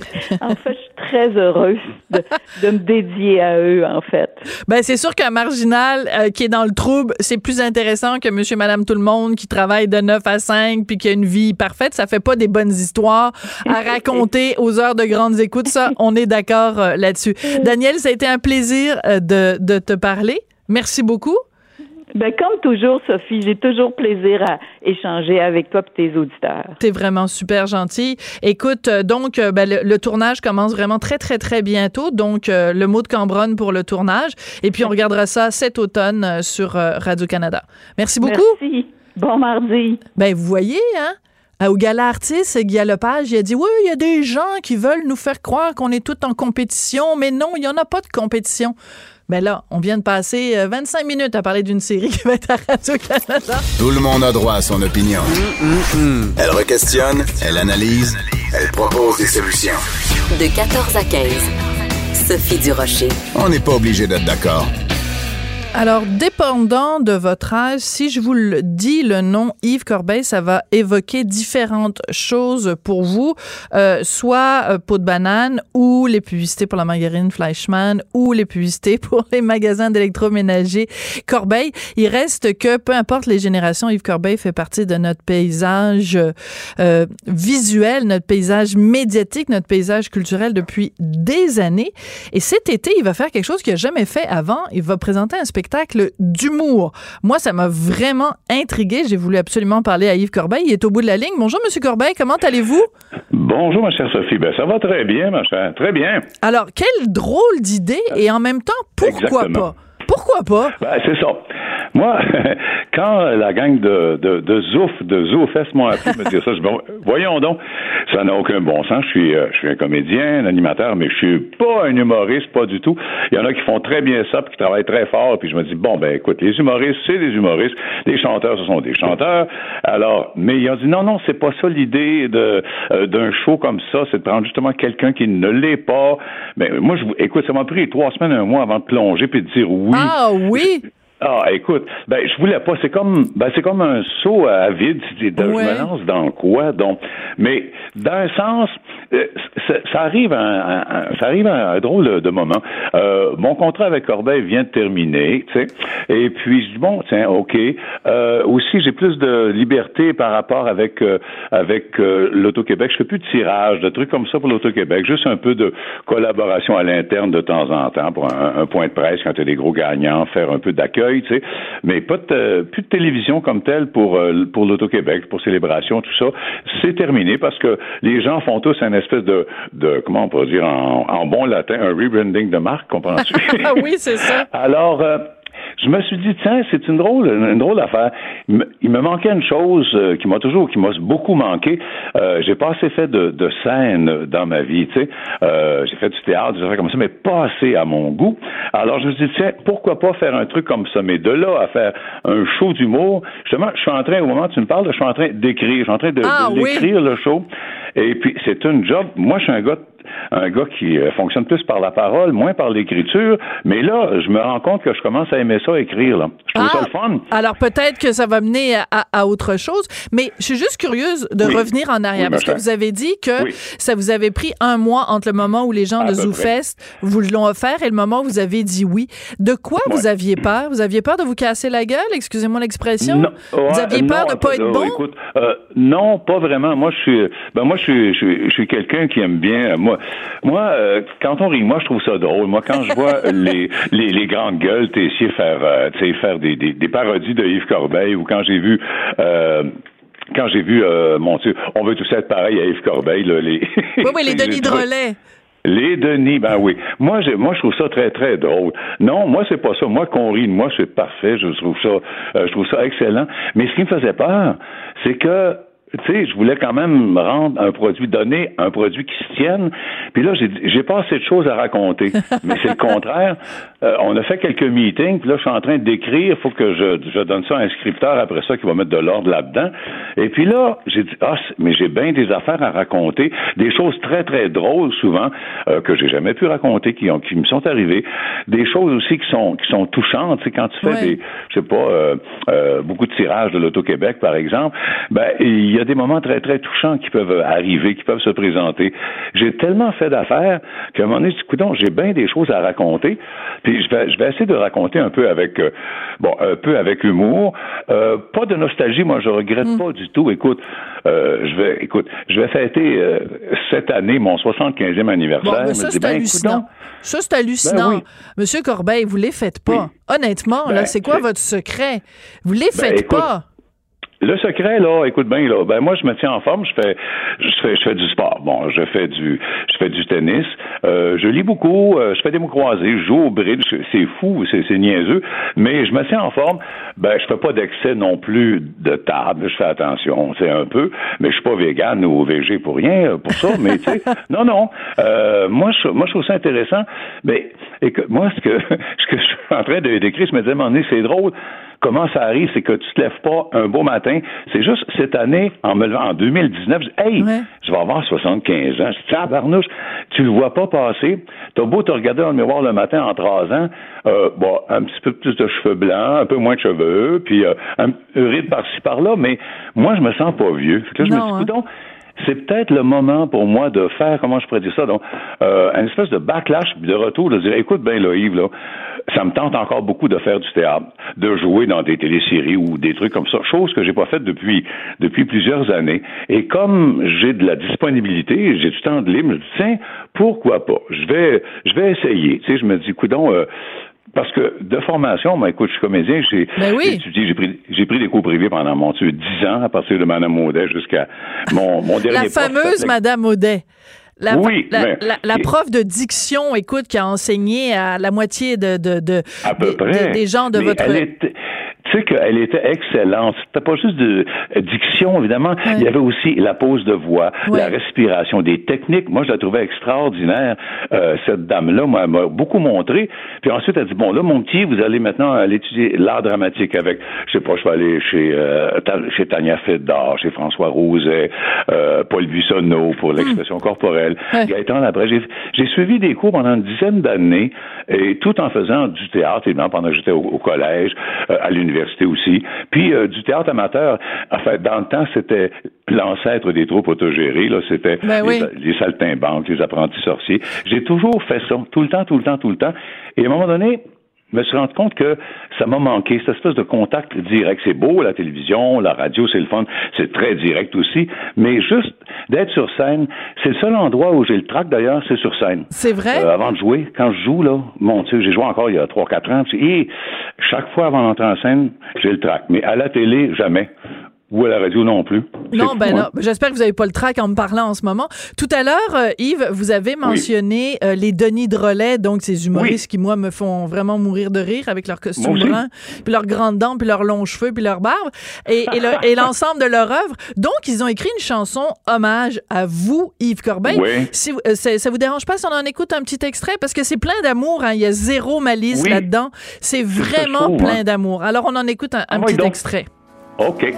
En fait, je suis très heureuse de, de me dédier à eux, en fait. Ben, c'est sûr qu'un marginal euh, qui est dans le trouble, c'est plus intéressant que monsieur, madame, tout le monde qui travaille de neuf à cinq puis qui a une vie parfaite. Ça fait pas des bonnes histoires à raconter aux heures de grandes écoutes. Ça, on est d'accord euh, là-dessus. Daniel, ça a été un plaisir euh, de, de te parler. Merci beaucoup. Ben, comme toujours, Sophie, j'ai toujours plaisir à échanger avec toi et tes auditeurs. T'es vraiment super gentille. Écoute, euh, donc, euh, ben, le, le tournage commence vraiment très, très, très bientôt. Donc, euh, le mot de Cambronne pour le tournage. Et puis, on regardera ça cet automne euh, sur euh, Radio-Canada. Merci beaucoup. Merci. Bon mardi. Ben, vous voyez, hein? Au Gala Artis, Guy Lepage, il a dit « Oui, il y a des gens qui veulent nous faire croire qu'on est tous en compétition, mais non, il n'y en a pas de compétition. » Ben là, on vient de passer vingt-cinq minutes à parler d'une série qui va être à Radio-Canada. Tout le monde a droit à son opinion. Mmh, mmh, mmh. Elle requestionne, elle analyse, elle propose des solutions. De quatorze à quinze, Sophie Durocher. On n'est pas obligé d'être d'accord. Alors, dépendant de votre âge, si je vous le dis, le nom Yves Corbeil, ça va évoquer différentes choses pour vous, euh, soit euh, peau de banane ou les publicités pour la margarine Fleischmann ou les publicités pour les magasins d'électroménager Corbeil. Il reste que, peu importe les générations, Yves Corbeil fait partie de notre paysage euh, visuel, notre paysage médiatique, notre paysage culturel depuis des années. Et cet été, il va faire quelque chose qu'il n'a jamais fait avant. Il va présenter un spectacle spectacle d'humour. Moi, ça m'a vraiment intriguée. J'ai voulu absolument parler à Yves Corbeil. Il est au bout de la ligne. Bonjour, Monsieur Corbeil. Comment allez-vous? Bonjour, ma chère Sophie. Ben, ça va très bien, ma chère. Très bien. Alors, quelle drôle d'idée et en même temps, pourquoi Exactement. pas? Pourquoi pas? Ben, c'est ça. Moi, quand la gang de, de, de Zouf, de Zoufest m'ont appelé me dire ça, je dis, bon, voyons donc, ça n'a aucun bon sens. Je suis, euh, je suis un comédien, un animateur, mais je suis pas un humoriste, pas du tout. Il y en a qui font très bien ça, puis qui travaillent très fort, puis je me dis, bon, ben, écoute, les humoristes, c'est des humoristes, les chanteurs, ce sont des chanteurs. Alors, mais ils ont dit, non, non, c'est pas ça l'idée de euh, d'un show comme ça, c'est de prendre justement quelqu'un qui ne l'est pas. Mais moi, je, écoute, ça m'a pris trois semaines, un mois avant de plonger, puis de dire oui. Ah oui? Ah, écoute, ben je voulais pas. C'est comme, ben c'est comme un saut à vide. Ouais. Je me lance dans quoi, donc. Mais d'un sens, euh, ça, ça arrive, à un, à un, ça arrive à un drôle de, de moment. Euh, mon contrat avec Corbeil vient de terminer, tu sais. Et puis je dis bon, tiens, ok. Euh, aussi, j'ai plus de liberté par rapport avec euh, avec euh, l'Auto-Québec. Je fais plus de tirage, de trucs comme ça pour l'Auto-Québec. Juste un peu de collaboration à l'interne de temps en temps pour un, un point de presse quand il y a des gros gagnants, faire un peu d'accueil. Tu sais, mais pas de, plus de télévision comme telle pour pour l'Auto-Québec, pour Célébration, tout ça. C'est terminé parce que les gens font tous un espèce de, de comment on peut dire en, en bon latin, un rebranding de marque, comprends-tu? Ah oui, c'est ça. Alors, euh, je me suis dit, tiens, c'est une drôle, une drôle d'affaire. Il me, il me manquait une chose euh, qui m'a toujours, qui m'a beaucoup manqué. Euh, j'ai pas assez fait de, de scène dans ma vie, tu sais. Euh, j'ai fait du théâtre, des affaires comme ça, mais pas assez à mon goût. Alors, je me suis dit, tiens, pourquoi pas faire un truc comme ça? Mais de là à faire un show d'humour, justement, je suis en train, au moment où tu me parles, je suis en train d'écrire, je suis en train de, ah, de l'écrire, oui. Le show. Et puis, c'est une job. Moi, je suis un gars un gars qui euh, fonctionne plus par la parole, moins par l'écriture, mais là, je me rends compte que je commence à aimer ça, écrire, là. Je trouve ah, ça le fun. Alors, peut-être que ça va mener à, à, à autre chose, mais je suis juste curieuse de oui. revenir en arrière, oui, parce que vous avez dit que oui. ça vous avait pris un mois entre le moment où les gens à de Zoufest vous l'ont offert et le moment où vous avez dit oui. De quoi ouais. vous aviez peur? Vous aviez peur de vous casser la gueule? Excusez-moi l'expression. Non, ouais, vous aviez peur non, de pas euh, être bon? Écoute, euh, non, pas vraiment. Moi, je suis, ben moi, je suis, je suis, je suis quelqu'un qui aime bien, moi, Moi, euh, quand on rit, moi, je trouve ça drôle. Moi, quand je vois les, les les grandes gueules Tessier faire, euh, tu sais, faire des, des des parodies de Yves Corbeil, ou quand j'ai vu euh, quand j'ai vu euh, mon Dieu, on veut tous être pareil à Yves Corbeil, là, les oui, oui, les Denis Drolet. Les Denis, ben oui. Moi, je, moi, je trouve ça très, très drôle. Non, moi, c'est pas ça. Moi, qu'on rit de moi, c'est parfait. Je trouve ça, euh, je trouve ça excellent. Mais ce qui me faisait peur, c'est que tu sais, je voulais quand même rendre un produit, donner un produit qui se tienne. Puis là, j'ai, j'ai pas assez de choses à raconter. Mais c'est le contraire. Euh, on a fait quelques meetings, puis là, je suis en train d'écrire. Il faut que je, je donne ça à un scripteur après ça qui va mettre de l'ordre là-dedans. Et puis là, j'ai dit, ah, mais j'ai bien des affaires à raconter. Des choses très, très drôles, souvent, euh, que j'ai jamais pu raconter, qui, ont, qui me sont arrivées. Des choses aussi qui sont, qui sont touchantes. Tu sais, quand tu fais ouais. des, je sais pas, euh, euh, beaucoup de tirages de l'Auto-Québec, par exemple, ben, il y a Il y a des moments très, très touchants qui peuvent arriver, qui peuvent se présenter. J'ai tellement fait d'affaires qu'à un moment donné, je dis, coudonc, j'ai bien des choses à raconter. Puis je vais, je vais essayer de raconter un peu avec, euh, bon, un peu avec humour. Euh, pas de nostalgie, moi, je regrette mm. pas du tout. Écoute, euh, je vais, écoute, je vais fêter euh, cette année mon soixante-quinzième anniversaire. Bon, mais ça, me c'est dis, ben, hallucinant. coudonc, ça, c'est hallucinant. Ben, oui. Monsieur Corbeil, vous les faites pas. Oui. Honnêtement, ben, là, c'est quoi c'est... votre secret? Vous les faites ben, écoute, pas. Le secret, là, écoute bien, là, ben moi je me tiens en forme, je fais je fais je fais du sport. Bon, je fais du je fais du tennis, euh, je lis beaucoup, euh, je fais des mots croisés, je joue au bridge, c'est fou, c'est, c'est niaiseux, mais je me tiens en forme. Ben je fais pas d'excès non plus de table, je fais attention, c'est un peu, mais je suis pas végane ou végé pour rien pour ça, mais tu sais, non non, euh, moi je moi je trouve ça intéressant, mais écoute, moi ce que ce que je suis en train de décrire, je me disais, à un moment donné, c'est drôle. comment ça arrive, c'est que tu te lèves pas un beau matin. C'est juste cette année, en me levant en deux mille dix-neuf, je dis, hey, ouais. je vais avoir soixante-quinze ans. Je dis, tabarnouche, tu le vois pas passer. T'as beau te regarder dans le miroir le matin en te rasant, euh, bon, un petit peu plus de cheveux blancs, un peu moins de cheveux, puis euh, un ride par-ci par-là, mais moi, je me sens pas vieux. Fait que là, je non, me dis, hein. Coudonc, c'est peut-être le moment pour moi de faire, comment je pourrais dire ça, donc, euh, une espèce de backlash, de retour, de dire, écoute, ben là, Yves, là, ça me tente encore beaucoup de faire du théâtre, de jouer dans des téléséries ou des trucs comme ça, chose que j'ai pas faite depuis depuis plusieurs années. Et comme j'ai de la disponibilité, j'ai du temps de libre, je me dis, tiens, pourquoi pas? Je vais je vais essayer. Tu sais, je me dis, coudonc, euh, parce que de formation, ben, écoute, je suis comédien, j'ai, ben oui. j'ai étudié, j'ai pris, j'ai pris des cours privés pendant, mon Dieu, dix ans, à partir de Mme Audet jusqu'à mon, mon dernier La fameuse Mme Audet. La, oui, la, mais, la, la prof de diction, écoute, qui a enseigné à la moitié de, de, de à peu des, près. Des, des gens de mais votre... Elle était, tu sais qu'elle était excellente. C'était pas juste de diction, évidemment. Ouais. Il y avait aussi la pose de voix, ouais. la respiration, des techniques. Moi, je la trouvais extraordinaire. Euh, cette dame-là m'a, m'a beaucoup montré. Puis ensuite, elle dit, bon, là, mon petit, vous allez maintenant aller étudier l'art dramatique avec, je sais pas, je vais aller chez, euh, chez Tania Fedor, chez François Rouzet, euh, Paul Buissonneau pour l'expression mmh. corporelle, ouais. Gaëtan Labrèche. J'ai, j'ai suivi des cours pendant une dizaine d'années, et tout en faisant du théâtre, évidemment, pendant que j'étais au, au collège, euh, à l'université aussi, puis euh, du théâtre amateur. En fait, dans le temps, c'était l'ancêtre des troupes autogérées, là, c'était ben oui. les, les saltimbanques, les apprentis sorciers. J'ai toujours fait ça, tout le temps, tout le temps, tout le temps. Et à un moment donné, je me suis rendu compte que ça m'a manqué, cette espèce de contact direct. C'est beau, la télévision, la radio, c'est le fun, c'est très direct aussi, mais juste d'être sur scène, c'est le seul endroit où j'ai le trac, d'ailleurs, c'est sur scène. C'est vrai? Euh, avant de jouer, quand je joue, là, mon Dieu, j'ai joué encore il y a trois quatre ans, et chaque fois avant d'entrer en scène, j'ai le trac. Mais à la télé, jamais. Ou à la radio non plus. Non, ben non. J'espère que vous n'avez pas le trac en me parlant en ce moment. Tout à l'heure, euh, Yves, vous avez mentionné oui. euh, les Denis Drolet, donc ces humoristes oui. qui, moi, me font vraiment mourir de rire avec leurs costumes bruns, puis leurs grandes dents, puis leurs longs cheveux, puis leur barbe, et, et, le, et l'ensemble de leur œuvre. Donc, ils ont écrit une chanson hommage à vous, Yves Corbeil. Oui. Si, euh, ça vous dérange pas si on en écoute un petit extrait? Parce que c'est plein d'amour, hein. Il y a zéro malice oui. là-dedans. C'est vraiment trouve, plein hein. d'amour. Alors, on en écoute un, un ah, petit donc. extrait. OK.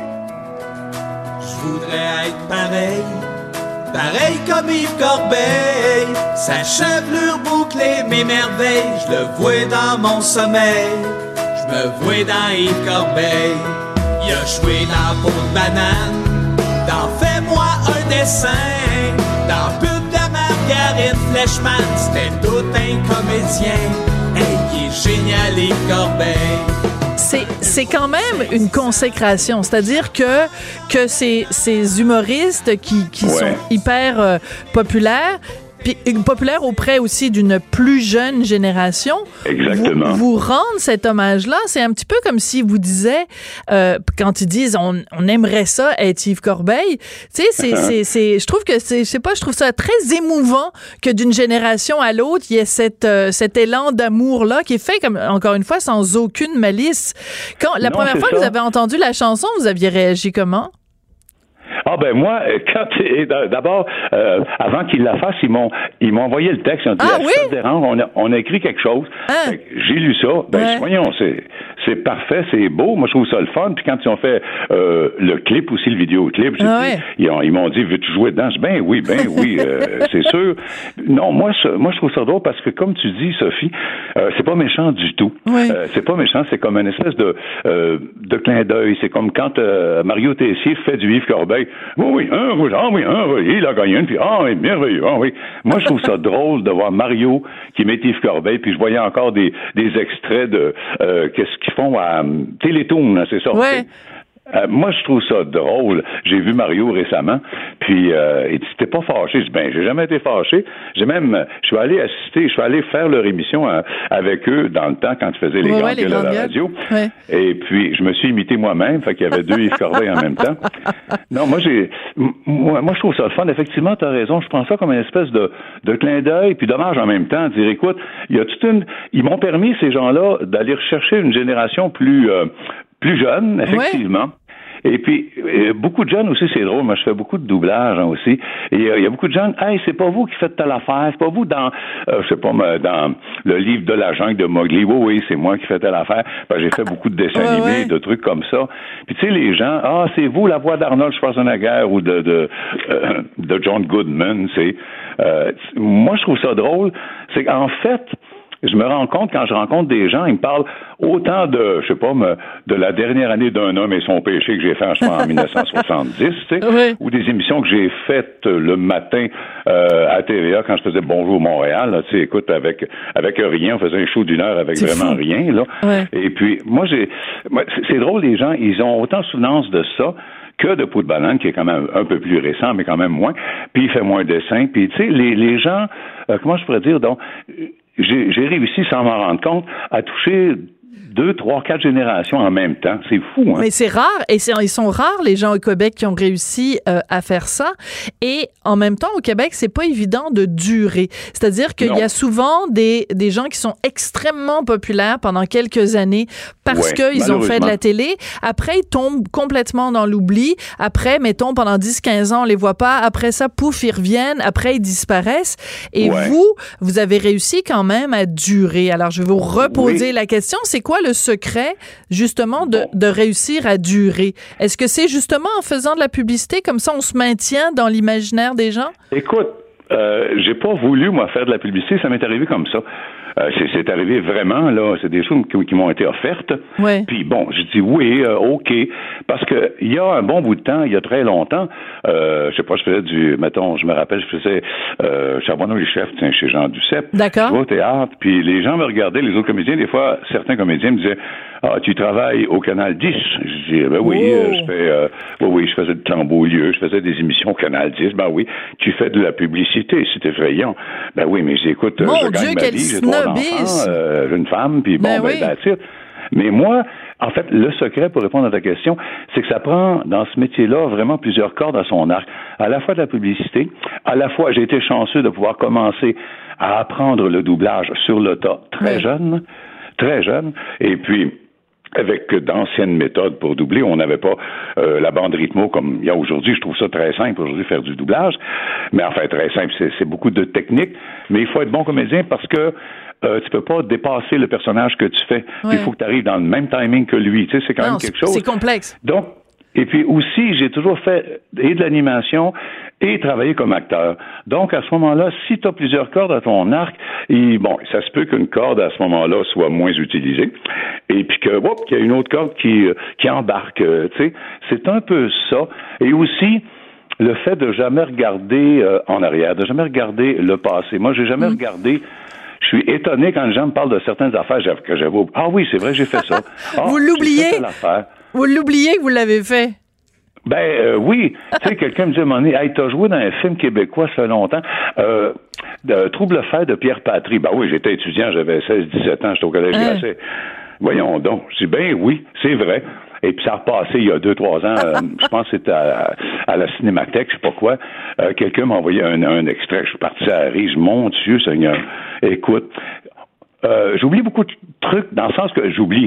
Je voudrais être pareil, pareil comme Yves Corbeil. Sa chevelure bouclée m'émerveille, je le vois dans mon sommeil. Je me vois dans Yves Corbeil. Il a joué dans Peau de banane, dans Fais-moi un dessin, dans Pub de Margarine Fleshman, c'était tout un comédien. Hey, il est génial Yves Corbeil. C'est, c'est quand même une consécration, c'est-à-dire que que ces, ces humoristes qui, qui ouais. sont hyper euh, populaires, puis populaire auprès aussi d'une plus jeune génération. Exactement. Vous, vous rendre cet hommage-là, c'est un petit peu comme si vous disiez, euh, quand ils disent on, on aimerait ça être Yves Corbeil, tu sais, c'est, c'est, c'est, je trouve que c'est, je sais pas, je trouve ça très émouvant que d'une génération à l'autre, il y ait cette, euh, cet élan d'amour-là qui est fait, comme encore une fois, sans aucune malice. Quand, la non, première fois ça. que vous avez entendu la chanson, vous aviez réagi comment? Ah ben moi, quand d'abord, euh, avant qu'ils la fassent, ils m'ont ils m'ont envoyé le texte, ils ont dit ah, oui? ça te dérange, on a, on a écrit quelque chose. Ah. J'ai lu ça, ben ouais. voyons, c'est c'est parfait, c'est beau, moi je trouve ça le fun. Puis quand ils ont fait euh, le clip aussi, le vidéoclip, j'ai ah, dit, ouais. ils, ont, ils m'ont dit veux-tu jouer dedans? Ben oui, ben oui, euh, c'est sûr. Non, moi je, moi je trouve ça drôle parce que comme tu dis, Sophie, euh, c'est pas méchant du tout. Oui. Euh, c'est pas méchant, c'est comme une espèce de euh, de clin d'œil. C'est comme quand euh, Mario Tessier fait du Yves Corbeil. Oui, oui, hein, oui, ah oui, hein, oui, il a gagné une, puis ah oui, merveilleux, ah oui. Moi, je trouve ça drôle de voir Mario qui met Yves Corbeil, puis je voyais encore des, des extraits de euh, qu'est-ce qu'ils font à um, Télétoon, c'est ça. Ouais. Euh, moi, je trouve ça drôle. J'ai vu Mario récemment, puis euh, il dit « T'es pas fâché? » Je dis « Ben, j'ai jamais été fâché. J'ai même, je suis allé assister, je suis allé faire leur émission à, avec eux dans le temps quand ils faisaient les ouais, grandes ouais, gueules à la radio. Ouais. Et puis, je me suis imité moi-même, fait qu'il y avait deux Yves Corbeil en même temps. Non, moi, j'ai, moi, moi, je trouve ça le fun. Effectivement, t'as raison. Je prends ça comme une espèce de, de clin d'œil, puis dommage en même temps, de dire, écoute, il y a toute une, ils m'ont permis, ces gens-là, d'aller rechercher une génération plus, euh, plus jeune, effectivement. Ouais. Et puis, euh, beaucoup de jeunes aussi, c'est drôle, moi je fais beaucoup de doublage hein, aussi, et il euh, y a beaucoup de jeunes, hey, c'est pas vous qui faites telle affaire, c'est pas vous dans, euh, je sais pas, dans le livre de la jungle de Mowgli, oui, oui, c'est moi qui fais telle affaire, ben, j'ai fait beaucoup de dessins ouais, animés, ouais. de trucs comme ça. Puis tu sais, les gens, ah, c'est vous la voix d'Arnold Schwarzenegger ou de de, euh, de John Goodman, c'est, euh, moi je trouve ça drôle, c'est qu'en fait, je me rends compte, quand je rencontre des gens, ils me parlent autant de, je sais pas, me, de la dernière année d'un homme et son péché que j'ai fait en, en dix-neuf cent soixante-dix, tu sais, oui. ou des émissions que j'ai faites le matin euh, à T V A quand je faisais Bonjour Montréal, là, tu sais, écoute, avec avec rien, on faisait un show d'une heure avec c'est vraiment fou. rien, là. Ouais. Et puis, moi, j'ai, moi, c'est, c'est drôle, les gens, ils ont autant souvenance de ça que de Peau de banane, qui est quand même un peu plus récent, mais quand même moins, puis il fait moins de dessins, puis tu sais, les, les gens, euh, comment je pourrais dire, donc, J'ai, j'ai réussi, sans m'en rendre compte, à toucher deux, trois, quatre générations en même temps. C'est fou, hein? Mais c'est rare, et c'est, ils sont rares, les gens au Québec qui ont réussi euh, à faire ça. Et en même temps, au Québec, c'est pas évident de durer. C'est-à-dire qu'il non. y a souvent des, des gens qui sont extrêmement populaires pendant quelques années parce ouais, qu'ils ont fait de la télé. Après, ils tombent complètement dans l'oubli. Après, mettons, pendant dix quinze ans, on les voit pas. Après ça, pouf, ils reviennent. Après, ils disparaissent. Et ouais. vous, vous avez réussi quand même à durer. Alors, je vais vous reposer oui. la question. C'est quoi le secret, justement, de, de réussir à durer? Est-ce que c'est justement en faisant de la publicité, comme ça, on se maintient dans l'imaginaire des gens? Écoute, euh, j'ai pas voulu, moi, faire de la publicité. Ça m'est arrivé comme ça. Euh, c'est, c'est arrivé vraiment, là, c'est des choses qui, qui m'ont été offertes. Ouais. Puis bon, je dis oui, euh, OK, parce que il y a un bon bout de temps, il y a très longtemps, euh, je sais pas, je faisais du, mettons, je me rappelle, je faisais euh, Charbonneau les chefs, tiens, chez Jean Duceppe. D'accord. Je vais au théâtre, puis les gens me regardaient, les autres comédiens, des fois, certains comédiens me disaient, ah, tu travailles au Canal dix? Je dis, ben oui, oh. euh, je fais, euh, oui, oui, je faisais de Clambeau-Lieu, je faisais des émissions au Canal dix. Ben oui, tu fais de la publicité, c'est effrayant. Ben oui, mais j'écoute, Mon je Dieu, gagne ma vie, j'ai trois enfants, euh, une femme, puis bon, ben, ben oui. that's it. Mais moi, en fait, le secret, pour répondre à ta question, c'est que ça prend, dans ce métier-là, vraiment plusieurs cordes à son arc. À la fois de la publicité, à la fois, j'ai été chanceux de pouvoir commencer à apprendre le doublage sur le tas très ouais. jeune, très jeune, et puis avec d'anciennes méthodes pour doubler. On n'avait pas euh, la bande rythmo comme il y a aujourd'hui. Je trouve ça très simple aujourd'hui, faire du doublage. Mais enfin, très simple, c'est, c'est beaucoup de technique. Mais il faut être bon comédien parce que euh, tu peux pas dépasser le personnage que tu fais. Ouais. Il faut que tu arrives dans le même timing que lui. Tu sais, c'est quand non, même quelque chose. C'est complexe. Donc, et puis aussi, j'ai toujours fait et de l'animation et travaillé comme acteur. Donc, à ce moment-là, si tu as plusieurs cordes à ton arc, et bon, ça se peut qu'une corde, à ce moment-là, soit moins utilisée, et puis que, hop, qu'il y a une autre corde qui, qui embarque, tu sais. C'est un peu ça. Et aussi, le fait de jamais regarder euh, en arrière, de jamais regarder le passé. Moi, j'ai jamais mmh. regardé... Je suis étonné quand les gens me parlent de certaines affaires que j'avais... Ah oui, c'est vrai, j'ai fait ça. Ah, vous l'oubliez? Vous l'oubliez que vous l'avez fait? Ben euh, oui, tu sais, quelqu'un me dit à un moment donné, hey, t'as joué dans un film québécois, ça fait longtemps, euh, de Trouble Faire de Pierre Patry. Ben oui, j'étais étudiant, j'avais seize dix-sept ans, j'étais au collège hein? Grasset. Voyons donc. Je dis, ben oui, c'est vrai. Et puis ça a repassé il y a deux, trois ans, euh, je pense que c'était à, à la Cinémathèque, je sais pas quoi, euh, quelqu'un m'a envoyé un, un extrait, je suis parti à la rige, mon Dieu Seigneur, écoute, euh, j'oublie beaucoup de trucs, dans le sens que j'oublie,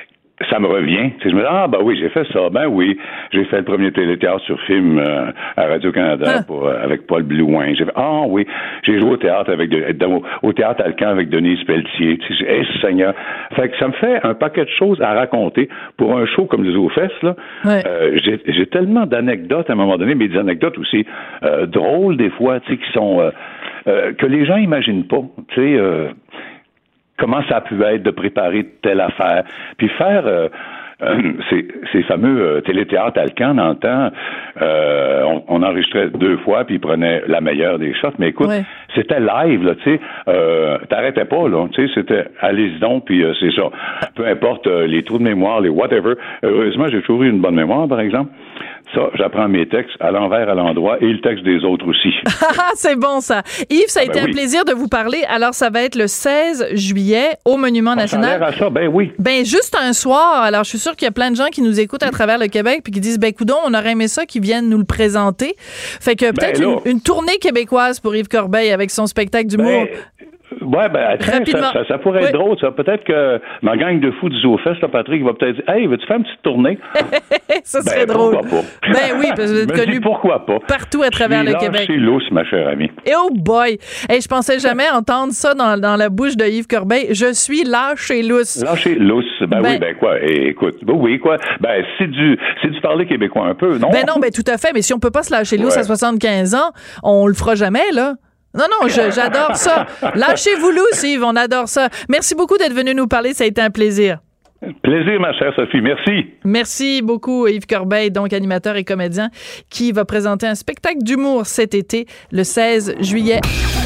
ça me revient. Tu sais, je me dis, ah, ben oui, j'ai fait ça. Ben oui, j'ai fait le premier téléthéâtre sur film euh, à Radio-Canada ah. pour, euh, avec Paul Blouin. J'ai fait, ah oui, j'ai joué au théâtre avec de, de, au théâtre Alcan avec Denise Pelletier. Tu sais, hey, Seigneur. Fait que ça me fait un paquet de choses à raconter pour un show comme les Eaux-Fesses, là. Ouais. Euh, j'ai, j'ai tellement d'anecdotes à un moment donné, mais des anecdotes aussi euh, drôles des fois, tu sais, qui sont euh, euh, que les gens imaginent pas. Tu sais, euh, comment ça a pu être de préparer telle affaire, puis faire euh, euh, ces, ces fameux euh, téléthéâtres Alcan dans le temps, euh, on, on enregistrait deux fois, puis ils prenaient la meilleure des shots, mais écoute, ouais. c'était live, là, tu sais, euh, t'arrêtais pas, là, tu sais, c'était allez-y donc, puis euh, c'est ça. Peu importe euh, les trous de mémoire, les whatever. Heureusement, j'ai toujours eu une bonne mémoire, par exemple. Ça, j'apprends mes textes à l'envers, à l'endroit, et le texte des autres aussi. C'est bon, ça. Yves, ça a ah, été ben un oui. plaisir de vous parler. Alors, ça va être le seize juillet au Monument National. À ça, ben oui. Ben, juste un soir. Alors, je suis sûre qu'il y a plein de gens qui nous écoutent à travers le Québec puis qui disent, ben, coudonc, on aurait aimé ça, qu'ils viennent nous le présenter. Fait que peut-être ben une, une tournée québécoise pour Yves Corbeil avec son spectacle d'humour. Ouais, ben, tiens, ça, ça, ça pourrait oui. être drôle, ça. Peut-être que ma gang de fous du ZooFest, là, Patrick, va peut-être dire, hey, veux-tu faire une petite tournée? Ça serait ben, drôle. Pourquoi pas? Ben oui, parce que vous êtes connu pourquoi pas? Partout à travers le Québec. C'est lousse, ma chère amie. Et oh boy! Hey, je pensais jamais entendre ça dans, dans la bouche de Yves Corbeil. Je suis lâche et lousse. Lâche et lousse. Ben, ben oui, ben quoi? Et, écoute, ben oui, quoi? Ben, c'est du, c'est du parler québécois un peu, non? Ben non, ben tout à fait. Mais si on peut pas se lâcher lousse ouais. à soixante-quinze ans, on le fera jamais, là. Non, non, je, j'adore ça. Lâchez-vous lousse, Yves, on adore ça. Merci beaucoup d'être venu nous parler, ça a été un plaisir. Plaisir, ma chère Sophie, merci. Merci beaucoup, Yves Corbeil, donc animateur et comédien, qui va présenter un spectacle d'humour cet été, le seize juillet.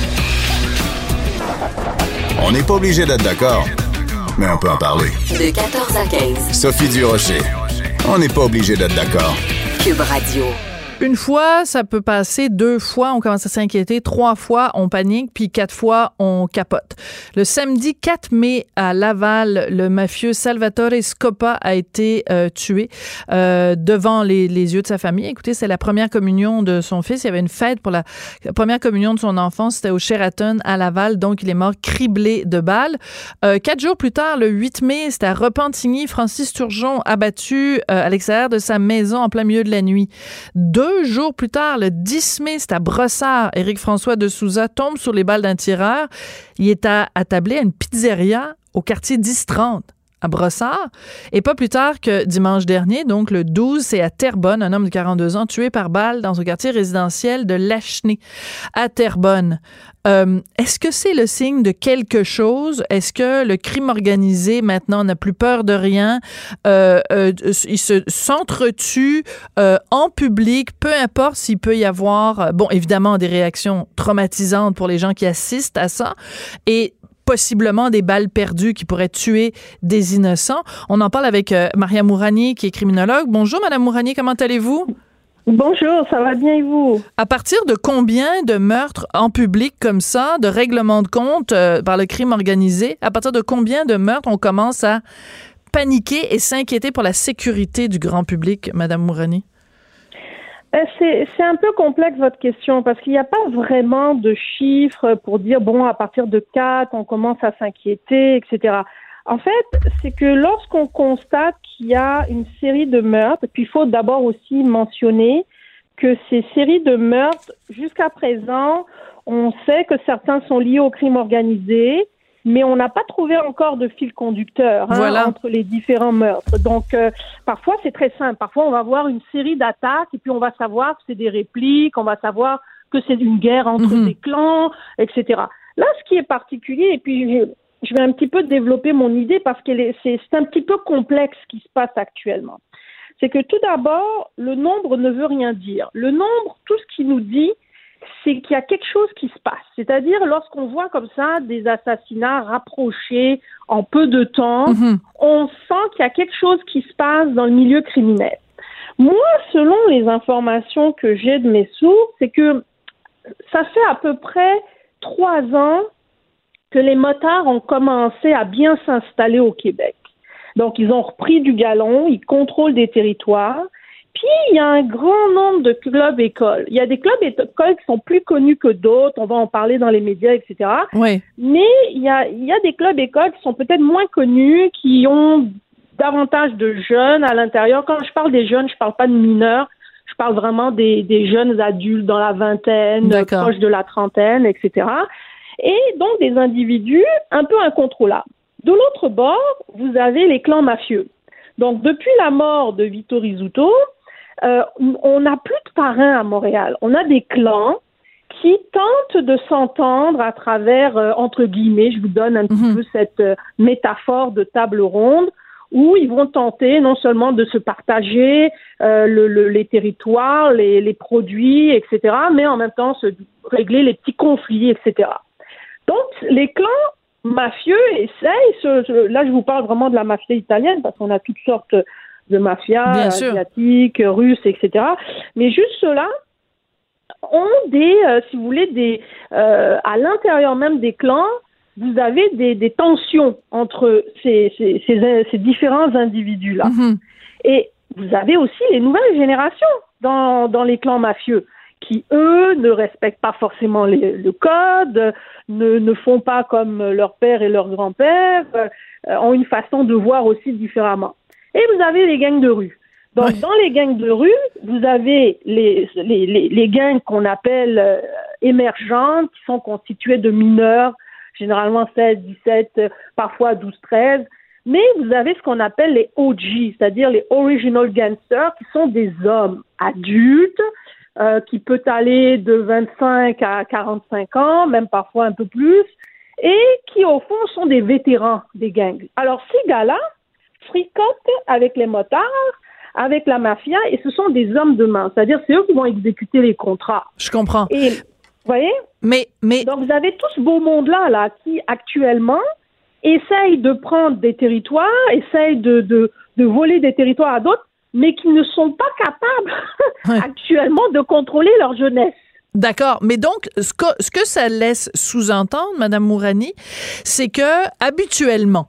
On n'est pas obligé d'être d'accord, mais on peut en parler. De quatorze à quinze. Sophie Durocher. On n'est pas obligé d'être d'accord. Cube Radio. Une fois, ça peut passer. Deux fois, on commence à s'inquiéter. Trois fois, on panique. Puis quatre fois, on capote. Le samedi quatre mai, à Laval, le mafieux Salvatore Scopa a été euh, tué euh, devant les, les yeux de sa famille. Écoutez, c'est la première communion de son fils. Il y avait une fête pour la, la première communion de son enfant. C'était au Sheraton à Laval. Donc, il est mort criblé de balles. Euh, quatre jours plus tard, le huit mai, c'était à Repentigny. Francis Turgeon abattu euh, à l'extérieur de sa maison en plein milieu de la nuit. Deux Deux jours plus tard, le dix mai, c'est à Brossard. Éric-François de Souza tombe sur les balles d'un tireur. Il est à, attablé à une pizzeria au quartier dix trente à Brossard. Et pas plus tard que dimanche dernier, donc le douze, c'est à Terrebonne, un homme de quarante-deux ans tué par balle dans un quartier résidentiel de Lachenay à Terrebonne. Euh, est-ce que c'est le signe de quelque chose? Est-ce que le crime organisé, maintenant, n'a plus peur de rien? Euh, euh, il se s'entretue euh, en public, peu importe s'il peut y avoir, euh, bon, évidemment, des réactions traumatisantes pour les gens qui assistent à ça, et possiblement des balles perdues qui pourraient tuer des innocents. On en parle avec euh, Maria Mouranier, qui est criminologue. Bonjour, Madame Mouranier, comment allez-vous? Bonjour, ça va bien et vous? À partir de combien de meurtres en public comme ça, de règlements de compte euh, par le crime organisé, à partir de combien de meurtres on commence à paniquer et s'inquiéter pour la sécurité du grand public, Madame Mouranier? C'est, c'est un peu complexe votre question parce qu'il n'y a pas vraiment de chiffres pour dire bon à partir de quatre on commence à s'inquiéter, et cetera. En fait, c'est que lorsqu'on constate qu'il y a une série de meurtres, puis il faut d'abord aussi mentionner que ces séries de meurtres, jusqu'à présent, on sait que certains sont liés au crime organisé, mais on n'a pas trouvé encore de fil conducteur hein, voilà. entre les différents meurtres. Donc, euh, parfois, c'est très simple. Parfois, on va voir une série d'attaques et puis on va savoir que c'est des répliques, on va savoir que c'est une guerre entre mm-hmm. des clans, et cetera. Là, ce qui est particulier, et puis je, je vais un petit peu développer mon idée parce que c'est, c'est un petit peu complexe ce qui se passe actuellement. C'est que tout d'abord, le nombre ne veut rien dire. Le nombre, tout ce qu'il nous dit, c'est qu'il y a quelque chose qui se passe. C'est-à-dire, lorsqu'on voit comme ça des assassinats rapprochés en peu de temps, mmh. on sent qu'il y a quelque chose qui se passe dans le milieu criminel. Moi, selon les informations que j'ai de mes sources, c'est que ça fait à peu près trois ans que les motards ont commencé à bien s'installer au Québec. Donc, ils ont repris du galon, ils contrôlent des territoires. Puis, il y a un grand nombre de clubs-écoles. Il y a des clubs-écoles qui sont plus connus que d'autres. On va en parler dans les médias, et cetera. Oui. Mais il y a, il y a des clubs-écoles qui sont peut-être moins connus, qui ont davantage de jeunes à l'intérieur. Quand je parle des jeunes, je parle pas de mineurs. Je parle vraiment des, des jeunes adultes dans la vingtaine, D'accord. proche de la trentaine, et cetera. Et donc, des individus un peu incontrôlables. De l'autre bord, vous avez les clans mafieux. Donc, depuis la mort de Vito Rizzuto, Euh, on n'a plus de parrains à Montréal. On a des clans qui tentent de s'entendre à travers, euh, entre guillemets, je vous donne un petit mmh. peu cette euh, métaphore de table ronde, où ils vont tenter non seulement de se partager euh, le, le, les territoires, les, les produits, et cetera, mais en même temps se régler les petits conflits, et cetera. Donc, les clans mafieux essayent, ce, ce, là je vous parle vraiment de la mafia italienne, parce qu'on a toutes sortes de mafia, asiatiques, russes, et cetera. Mais juste ceux-là ont des, euh, si vous voulez, des, euh, à l'intérieur même des clans, vous avez des, des tensions entre ces, ces, ces, ces différents individus-là. Mm-hmm. Et vous avez aussi les nouvelles générations dans, dans les clans mafieux qui, eux, ne respectent pas forcément les, le code, ne, ne font pas comme leur père et leur grand-père, euh, ont une façon de voir aussi différemment. Et vous avez les gangs de rue. Donc, oui. Dans les gangs de rue, vous avez les, les, les, les gangs qu'on appelle euh, émergents, qui sont constitués de mineurs, généralement seize, dix-sept, euh, parfois douze, treize. Mais vous avez ce qu'on appelle les O G, c'est-à-dire les Original Gangsters, qui sont des hommes adultes, euh, qui peuvent aller de vingt-cinq à quarante-cinq ans, même parfois un peu plus, et qui, au fond, sont des vétérans des gangs. Alors, ces gars-là fricotent avec les motards, avec la mafia, et ce sont des hommes de main. C'est-à-dire, c'est eux qui vont exécuter les contrats. Je comprends. Et, vous voyez? Mais, mais... Donc, vous avez tout ce beau monde-là, là, qui, actuellement, essaye de prendre des territoires, essaye de, de, de voler des territoires à d'autres, mais qui ne sont pas capables, ouais. actuellement, de contrôler leur jeunesse. D'accord, mais donc ce que ce que ça laisse sous-entendre, Madame Mourani, c'est que habituellement,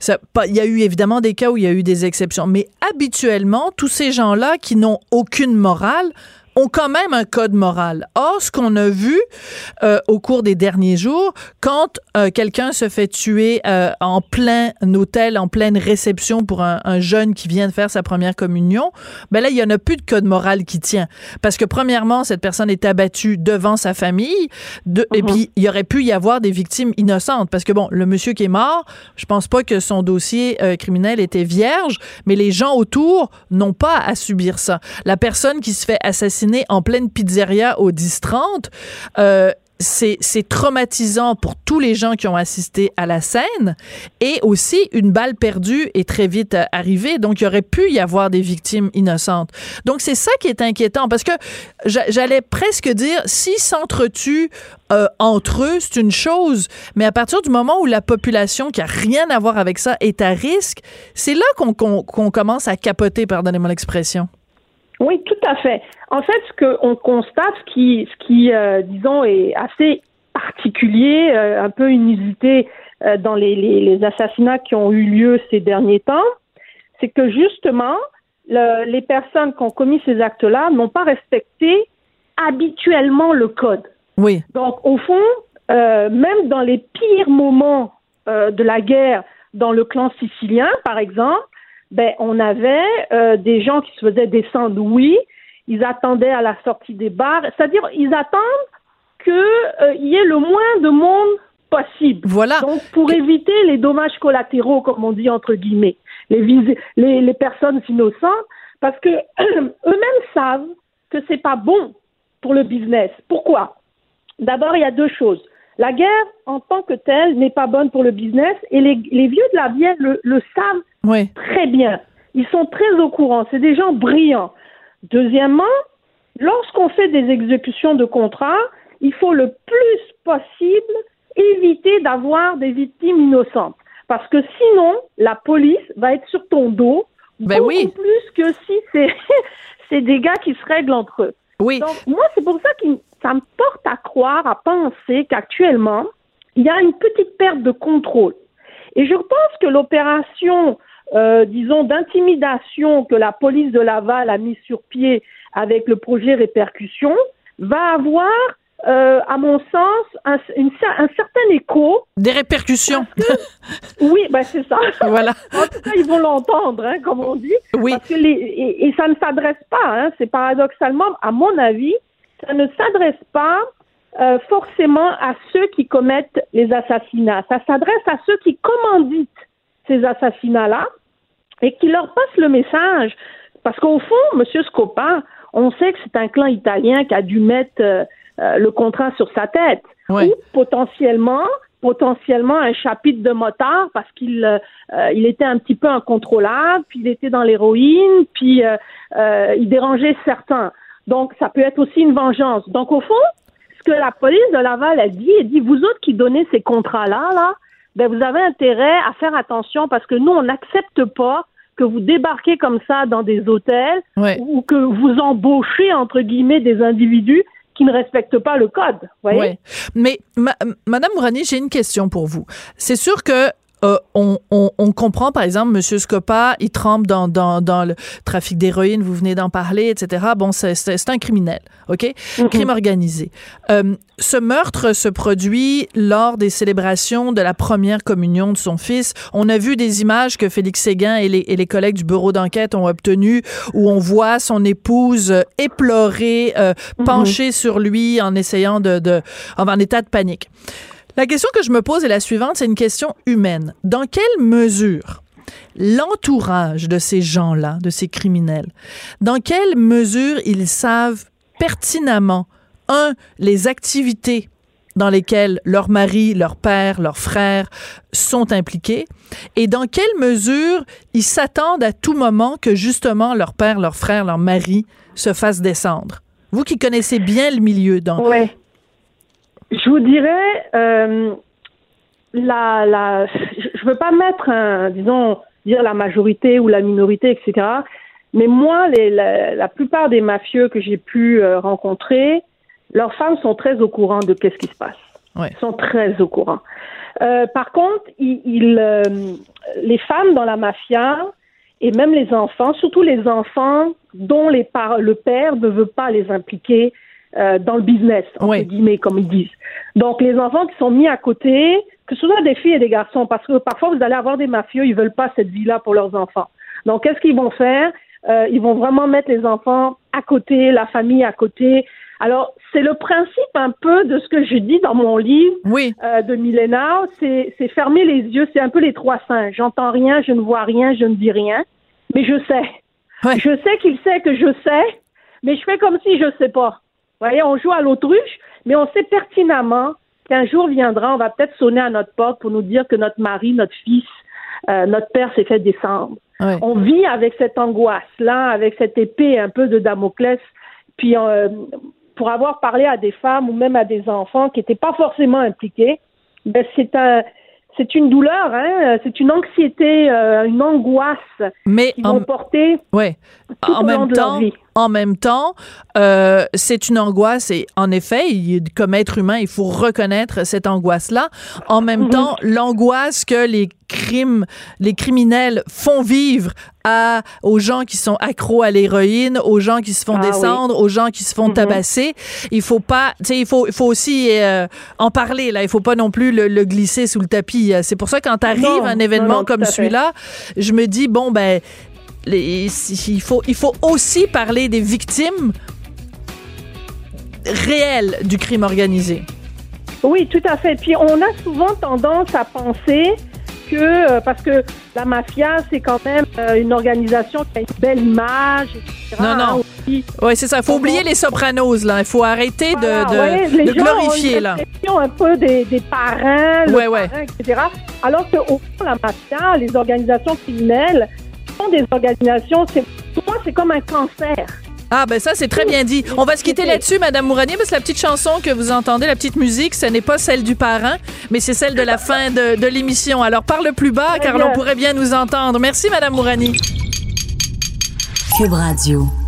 il y a eu évidemment des cas où il y a eu des exceptions, mais habituellement, tous ces gens-là qui n'ont aucune morale ont quand même un code moral. Or, ce qu'on a vu euh, au cours des derniers jours, quand euh, quelqu'un se fait tuer euh, en plein hôtel, en pleine réception pour un, un jeune qui vient de faire sa première communion, ben là, il y en a plus de code moral qui tient. Parce que premièrement, cette personne est abattue devant sa famille, de, uh-huh. et puis il y aurait pu y avoir des victimes innocentes. Parce que bon, le monsieur qui est mort, je pense pas que son dossier euh, criminel était vierge, mais les gens autour n'ont pas à subir ça. La personne qui se fait assassiner en pleine pizzeria au dix trente, euh, c'est, c'est traumatisant pour tous les gens qui ont assisté à la scène, et aussi une balle perdue est très vite arrivée, donc il y aurait pu y avoir des victimes innocentes. Donc c'est ça qui est inquiétant, parce que j'allais presque dire, s'ils s'entretuent euh, entre eux, c'est une chose, mais à partir du moment où la population qui a rien à voir avec ça est à risque, c'est là qu'on, qu'on, qu'on commence à capoter, pardonnez-moi l'expression. Oui, tout à fait. En fait, ce qu'on constate, ce qui, ce qui euh, disons, est assez particulier, euh, un peu inusité euh, dans les, les, les assassinats qui ont eu lieu ces derniers temps, c'est que justement, le, les personnes qui ont commis ces actes-là n'ont pas respecté habituellement le code. Oui. Donc, au fond, euh, même dans les pires moments euh, de la guerre, dans le clan sicilien, par exemple, ben, on avait euh, des gens qui se faisaient descendre, oui, ils attendaient à la sortie des bars, c'est-à-dire ils attendent qu'il euh, y ait le moins de monde possible. Voilà. Donc, pour éviter les dommages collatéraux, comme on dit entre guillemets, les, vis- les, les personnes innocentes, parce que eux-mêmes savent que c'est pas bon pour le business. Pourquoi? D'abord, il y a deux choses. La guerre, en tant que telle, n'est pas bonne pour le business, et les, les vieux de la vieille le, le savent oui. très bien. Ils sont très au courant. C'est des gens brillants. Deuxièmement, lorsqu'on fait des exécutions de contrats, il faut le plus possible éviter d'avoir des victimes innocentes. Parce que sinon, la police va être sur ton dos ben beaucoup oui. plus que si c'est, c'est des gars qui se règlent entre eux. Oui. Donc, moi, c'est pour ça que ça me porte à croire, à penser qu'actuellement, il y a une petite perte de contrôle. Et je pense que l'opération, euh, disons, d'intimidation que la police de Laval a mise sur pied avec le projet Répercussion va avoir, euh, à mon sens, un, une, un certain écho. Des répercussions. Que, oui, ben c'est ça. Voilà. En tout cas, ils vont l'entendre, hein, comme on dit. Oui. Parce que les, et, et ça ne s'adresse pas, hein, c'est paradoxalement, à mon avis, ça ne s'adresse pas euh, forcément à ceux qui commettent les assassinats. Ça s'adresse à ceux qui commanditent ces assassinats-là et qui leur passent le message. Parce qu'au fond, M. Scopa, on sait que c'est un clan italien qui a dû mettre euh, euh, le contrat sur sa tête. Oui. Ou potentiellement, potentiellement un chapitre de motard parce qu'il euh, il était un petit peu incontrôlable, puis il était dans l'héroïne, puis euh, euh, il dérangeait certains. Donc, ça peut être aussi une vengeance. Donc, au fond, ce que la police de Laval a dit, elle dit, vous autres qui donnez ces contrats-là, là, ben, vous avez intérêt à faire attention parce que nous, on n'accepte pas que vous débarquez comme ça dans des hôtels ouais. ou que vous embauchez, entre guillemets, des individus qui ne respectent pas le code. Voyez? Ouais. Mais, ma, Madame Mourani, j'ai une question pour vous. C'est sûr que euh, on, on, on comprend, par exemple, M. Scopa, il trempe dans, dans, dans le trafic d'héroïne, vous venez d'en parler, et cetera. Bon, c'est, c'est, c'est un criminel, OK? Mm-hmm. Crime organisé. Euh, ce meurtre se produit lors des célébrations de la première communion de son fils. On a vu des images que Félix Séguin et les, et les collègues du bureau d'enquête ont obtenues où on voit son épouse éplorée, euh, mm-hmm. penchée sur lui en essayant de, de, en état de panique. La question que je me pose est la suivante, c'est une question humaine. Dans quelle mesure l'entourage de ces gens-là, de ces criminels, dans quelle mesure ils savent pertinemment, un, les activités dans lesquelles leur mari, leur père, leurs frères sont impliqués, et dans quelle mesure ils s'attendent à tout moment que justement leur père, leur frère, leur mari se fassent descendre. Vous qui connaissez bien le milieu. Dans... Oui. Je vous dirais, euh, la, la, je veux pas mettre, un, disons, dire la majorité ou la minorité, et cetera. Mais moi, les, la, la plupart des mafieux que j'ai pu euh, rencontrer, leurs femmes sont très au courant de qu'est-ce qui se passe. Ouais. Sont très au courant. Euh, par contre, ils, ils, euh, les femmes dans la mafia et même les enfants, surtout les enfants dont les par- le père ne veut pas les impliquer Euh, dans le business, entre oui. guillemets, comme ils disent. Donc, les enfants qui sont mis à côté, que ce soit des filles et des garçons, parce que parfois, vous allez avoir des mafieux, ils veulent pas cette vie-là pour leurs enfants. Donc, qu'est-ce qu'ils vont faire? Euh, ils vont vraiment mettre les enfants à côté, la famille à côté. Alors, c'est le principe un peu de ce que je dis dans mon livre oui. euh, de Milena, c'est, c'est fermer les yeux, c'est un peu les trois singes. J'entends rien, je ne vois rien, je ne dis rien, mais je sais. Ouais. Je sais qu'il sait que je sais, mais je fais comme si je sais pas. Vous voyez, on joue à l'autruche, mais on sait pertinemment qu'un jour viendra, on va peut-être sonner à notre porte pour nous dire que notre mari, notre fils, euh, notre père s'est fait descendre. Ouais. On vit avec cette angoisse-là, avec cette épée un peu de Damoclès. Puis, euh, pour avoir parlé à des femmes ou même à des enfants qui n'étaient pas forcément impliqués, ben c'est un... C'est une douleur, hein? C'est une anxiété, euh, une angoisse mais qu'ils vont porter ouais. tout en au long même de temps, leur vie. En même temps, euh, c'est une angoisse et en effet, il, comme être humain, il faut reconnaître cette angoisse-là. En même mm-hmm. temps, l'angoisse que les crimes, les criminels font vivre à, aux gens qui sont accros à l'héroïne, aux gens qui se font ah, descendre, oui. aux gens qui se font mm-hmm. tabasser. Il faut pas, tu sais, il faut, il faut aussi euh, en parler, là. Il faut pas non plus le, le glisser sous le tapis. C'est pour ça, quand arrive non, un événement non, non, comme celui-là, je me dis, bon, ben, les, il faut, il faut aussi parler des victimes réelles du crime organisé. Oui, tout à fait. Puis on a souvent tendance à penser que, euh, parce que la mafia, c'est quand même euh, une organisation qui a une belle image, et cetera. Non, non. Oui, c'est ça. Il faut oublier les Sopranos, là. Il faut arrêter voilà, de, de, ouais, de glorifier, ont là. un peu des, des parrains, le ouais, ouais. parrain, et cetera. Alors qu'au fond, la mafia, les organisations criminelles sont des organisations, c'est, pour moi, c'est comme un cancer. Ah, ben ça, c'est très bien dit. On va se quitter là-dessus, Madame Mouranier, parce que la petite chanson que vous entendez, la petite musique, ce n'est pas celle du parrain, mais c'est celle de la fin de, de l'émission. Alors, parle plus bas, car l'on pourrait bien nous entendre. Merci, Madame Mouranier. Cube Radio.